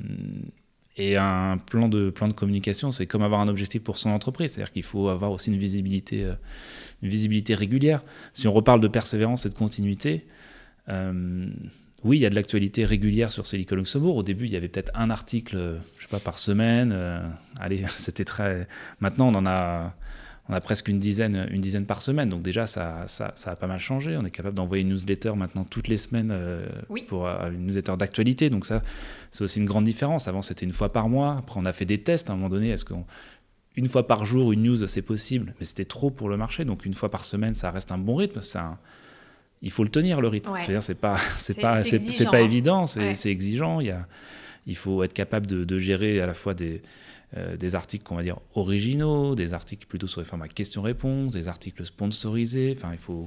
Et un plan de, plan de communication, c'est comme avoir un objectif pour son entreprise. C'est-à-dire qu'il faut avoir aussi une visibilité, euh, une visibilité régulière. Si on reparle de persévérance et de continuité, euh, oui, il y a de l'actualité régulière sur Silicon Luxembourg. Au début, il y avait peut-être un article, je sais pas, par semaine. Euh, allez, c'était très... Maintenant, on en a... On a presque une dizaine, une dizaine par semaine, donc déjà ça, ça, ça a pas mal changé. On est capable d'envoyer une newsletter maintenant toutes les semaines euh, oui. pour euh, une newsletter d'actualité, donc ça c'est aussi une grande différence. Avant c'était une fois par mois, après on a fait des tests à un moment donné, est-ce qu'une fois par jour une news c'est possible, mais c'était trop pour le marché, donc une fois par semaine ça reste un bon rythme, c'est un... il faut le tenir le rythme, ouais. C'est-à-dire c'est pas, c'est c'est, pas, c'est c'est, c'est pas évident, c'est, ouais. c'est exigeant, il, y a, il faut être capable de, de gérer à la fois des... Euh, des articles qu'on va dire originaux, des articles plutôt sur les formats questions-réponses, des articles sponsorisés. Enfin, il faut,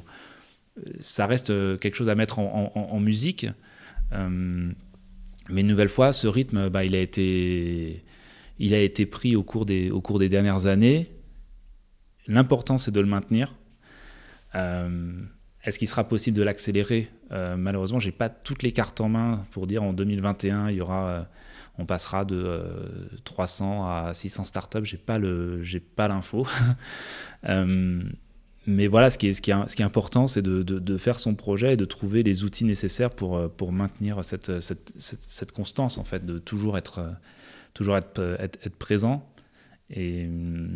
ça reste quelque chose à mettre en, en, en musique. Euh, mais une nouvelle fois, ce rythme, bah, il a été, il a été pris au cours des, au cours des dernières années. L'important, c'est de le maintenir. Euh, Est-ce qu'il sera possible de l'accélérer ? euh, Malheureusement, je n'ai pas toutes les cartes en main pour dire en deux mille vingt et un, il y aura... Euh, on passera de euh, trois cents à six cents startups, j'ai pas le, j'ai pas l'info. euh, mais voilà, ce qui est, ce qui est, ce qui est important, c'est de, de, de faire son projet et de trouver les outils nécessaires pour, pour maintenir cette, cette, cette, cette constance, en fait, de toujours être, toujours être, être, être présent. Et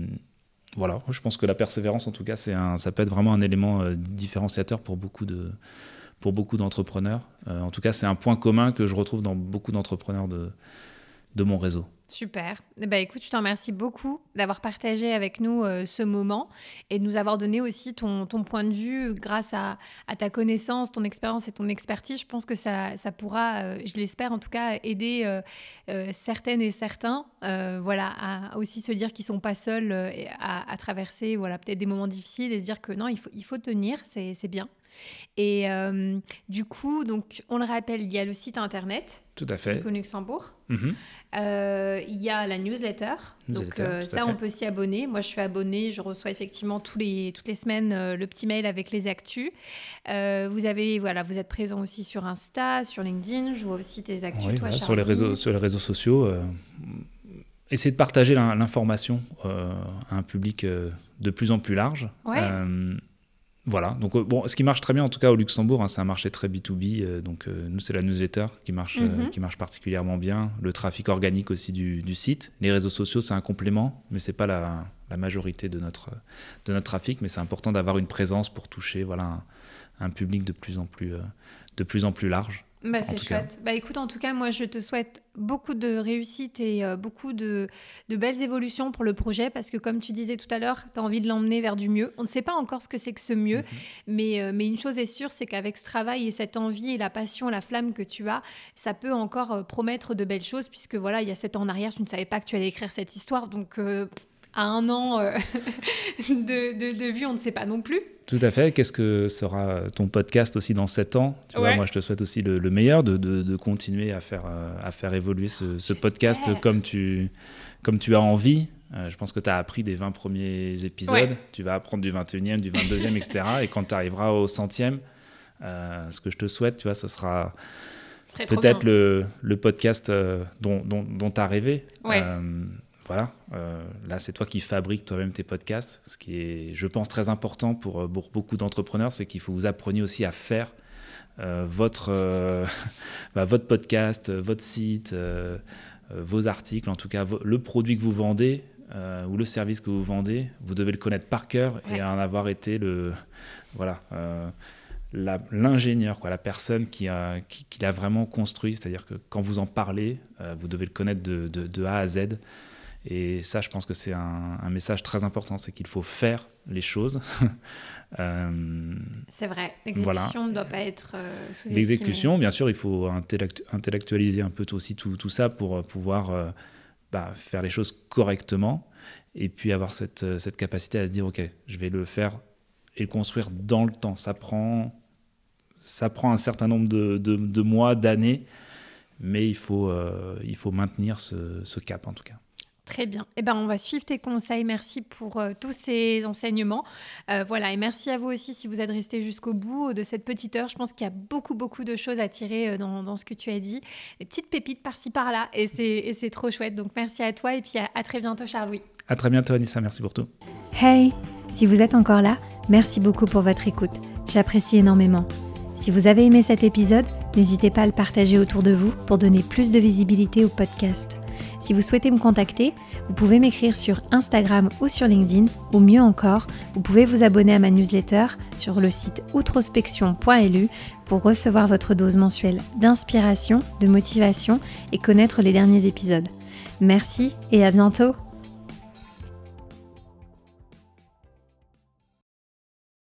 voilà, je pense que la persévérance, en tout cas, c'est un, ça peut être vraiment un élément différenciateur pour beaucoup de... pour beaucoup d'entrepreneurs. Euh, en tout cas, c'est un point commun que je retrouve dans beaucoup d'entrepreneurs de, de mon réseau. Super. Bah, écoute, je te remercie beaucoup d'avoir partagé avec nous euh, ce moment et de nous avoir donné aussi ton, ton point de vue grâce à, à ta connaissance, ton expérience et ton expertise. Je pense que ça, ça pourra, euh, je l'espère en tout cas, aider euh, euh, certaines et certains euh, voilà, à aussi se dire qu'ils ne sont pas seuls euh, à, à traverser voilà, peut-être des moments difficiles et se dire que non, il faut, il faut tenir, c'est, c'est bien. Et euh, du coup, donc, on le rappelle, il y a le site internet. Tout à fait. Silicon Luxembourg. Mm-hmm. Euh, il y a la newsletter. newsletter donc, euh, ça, on peut s'y abonner. Moi, je suis abonnée. Je reçois effectivement tous les, toutes les semaines euh, le petit mail avec les actus. Euh, vous avez, voilà, vous êtes présent aussi sur Insta, sur LinkedIn. Je vois aussi tes actus, oui, toi, voilà, sur les réseaux, sur les réseaux sociaux. Euh, essayez de partager l'information euh, à un public euh, de plus en plus large. Ouais. Euh, Voilà, donc bon, ce qui marche très bien en tout cas au Luxembourg, hein, c'est un marché très B deux B, euh, donc euh, nous c'est la newsletter qui marche, mm-hmm. euh, qui marche particulièrement bien, le trafic organique aussi du, du site, les réseaux sociaux c'est un complément, mais c'est pas la, la majorité de notre, de notre trafic, mais c'est important d'avoir une présence pour toucher voilà, un, un public de plus en plus, euh, de plus en plus large. Bah, c'est chouette. Bah, écoute, en tout cas, moi, je te souhaite beaucoup de réussite et euh, beaucoup de, de belles évolutions pour le projet parce que, comme tu disais tout à l'heure, tu as envie de l'emmener vers du mieux. On ne sait pas encore ce que c'est que ce mieux, mm-hmm. mais, euh, mais une chose est sûre, c'est qu'avec ce travail et cette envie et la passion, la flamme que tu as, ça peut encore euh, promettre de belles choses puisque, voilà, il y a sept ans en arrière, tu ne savais pas que tu allais écrire cette histoire. Donc, euh, à un an euh, de, de, de vue, on ne sait pas non plus. Tout à fait. Qu'est-ce que sera ton podcast aussi dans sept ans ? Tu vois, ouais. moi, je te souhaite aussi le, le meilleur, de, de, de continuer à faire, à faire évoluer ce, ce podcast comme tu, comme tu as envie. Euh, je pense que tu as appris des vingt premiers épisodes. Ouais. Tu vas apprendre du vingt et unième, du vingt-deuxième, et cetera. Et quand tu arriveras au centième, euh, ce que je te souhaite, tu vois, ce sera peut-être le, le podcast euh, dont, dont, dont tu as rêvé. Ouais. Euh, voilà, euh, là c'est toi qui fabriques toi-même tes podcasts. Ce qui est, je pense, très important pour, pour beaucoup d'entrepreneurs, c'est qu'il faut vous appreniez aussi à faire euh, votre, euh, bah, votre podcast, votre site, euh, euh, vos articles, en tout cas vo- le produit que vous vendez euh, ou le service que vous vendez, vous devez le connaître par cœur Ouais. et en avoir été le, voilà, euh, la, l'ingénieur, quoi, la personne qui, a, qui, qui l'a vraiment construit. C'est-à-dire que quand vous en parlez, euh, vous devez le connaître de, de, de A à Z. Et ça, je pense que c'est un, un message très important, c'est qu'il faut faire les choses. euh, C'est vrai, voilà. l'exécution ne doit pas être euh, sous-estimée. L'exécution, bien sûr, il faut intellect- intellectualiser un peu aussi tout, tout ça pour pouvoir euh, bah, faire les choses correctement et puis avoir cette, cette capacité à se dire, OK, je vais le faire et le construire dans le temps. Ça prend, ça prend un certain nombre de, de, de mois, d'années, mais il faut, euh, il faut maintenir ce, ce cap en tout cas. Très bien. Eh ben, on va suivre tes conseils. Merci pour euh, tous ces enseignements. Euh, voilà, et merci à vous aussi si vous êtes resté jusqu'au bout de cette petite heure. Je pense qu'il y a beaucoup, beaucoup de choses à tirer euh, dans, dans ce que tu as dit. Des petites pépites par-ci, par-là. Et c'est, et c'est trop chouette. Donc, merci à toi. Et puis, à, à très bientôt, Charles-Louis. À très bientôt, Anissa. Merci pour tout. Hey, si vous êtes encore là, merci beaucoup pour votre écoute. J'apprécie énormément. Si vous avez aimé cet épisode, n'hésitez pas à le partager autour de vous pour donner plus de visibilité au podcast. Si vous souhaitez me contacter, vous pouvez m'écrire sur Instagram ou sur LinkedIn, ou mieux encore, vous pouvez vous abonner à ma newsletter sur le site outrospection point l u pour recevoir votre dose mensuelle d'inspiration, de motivation et connaître les derniers épisodes. Merci et à bientôt!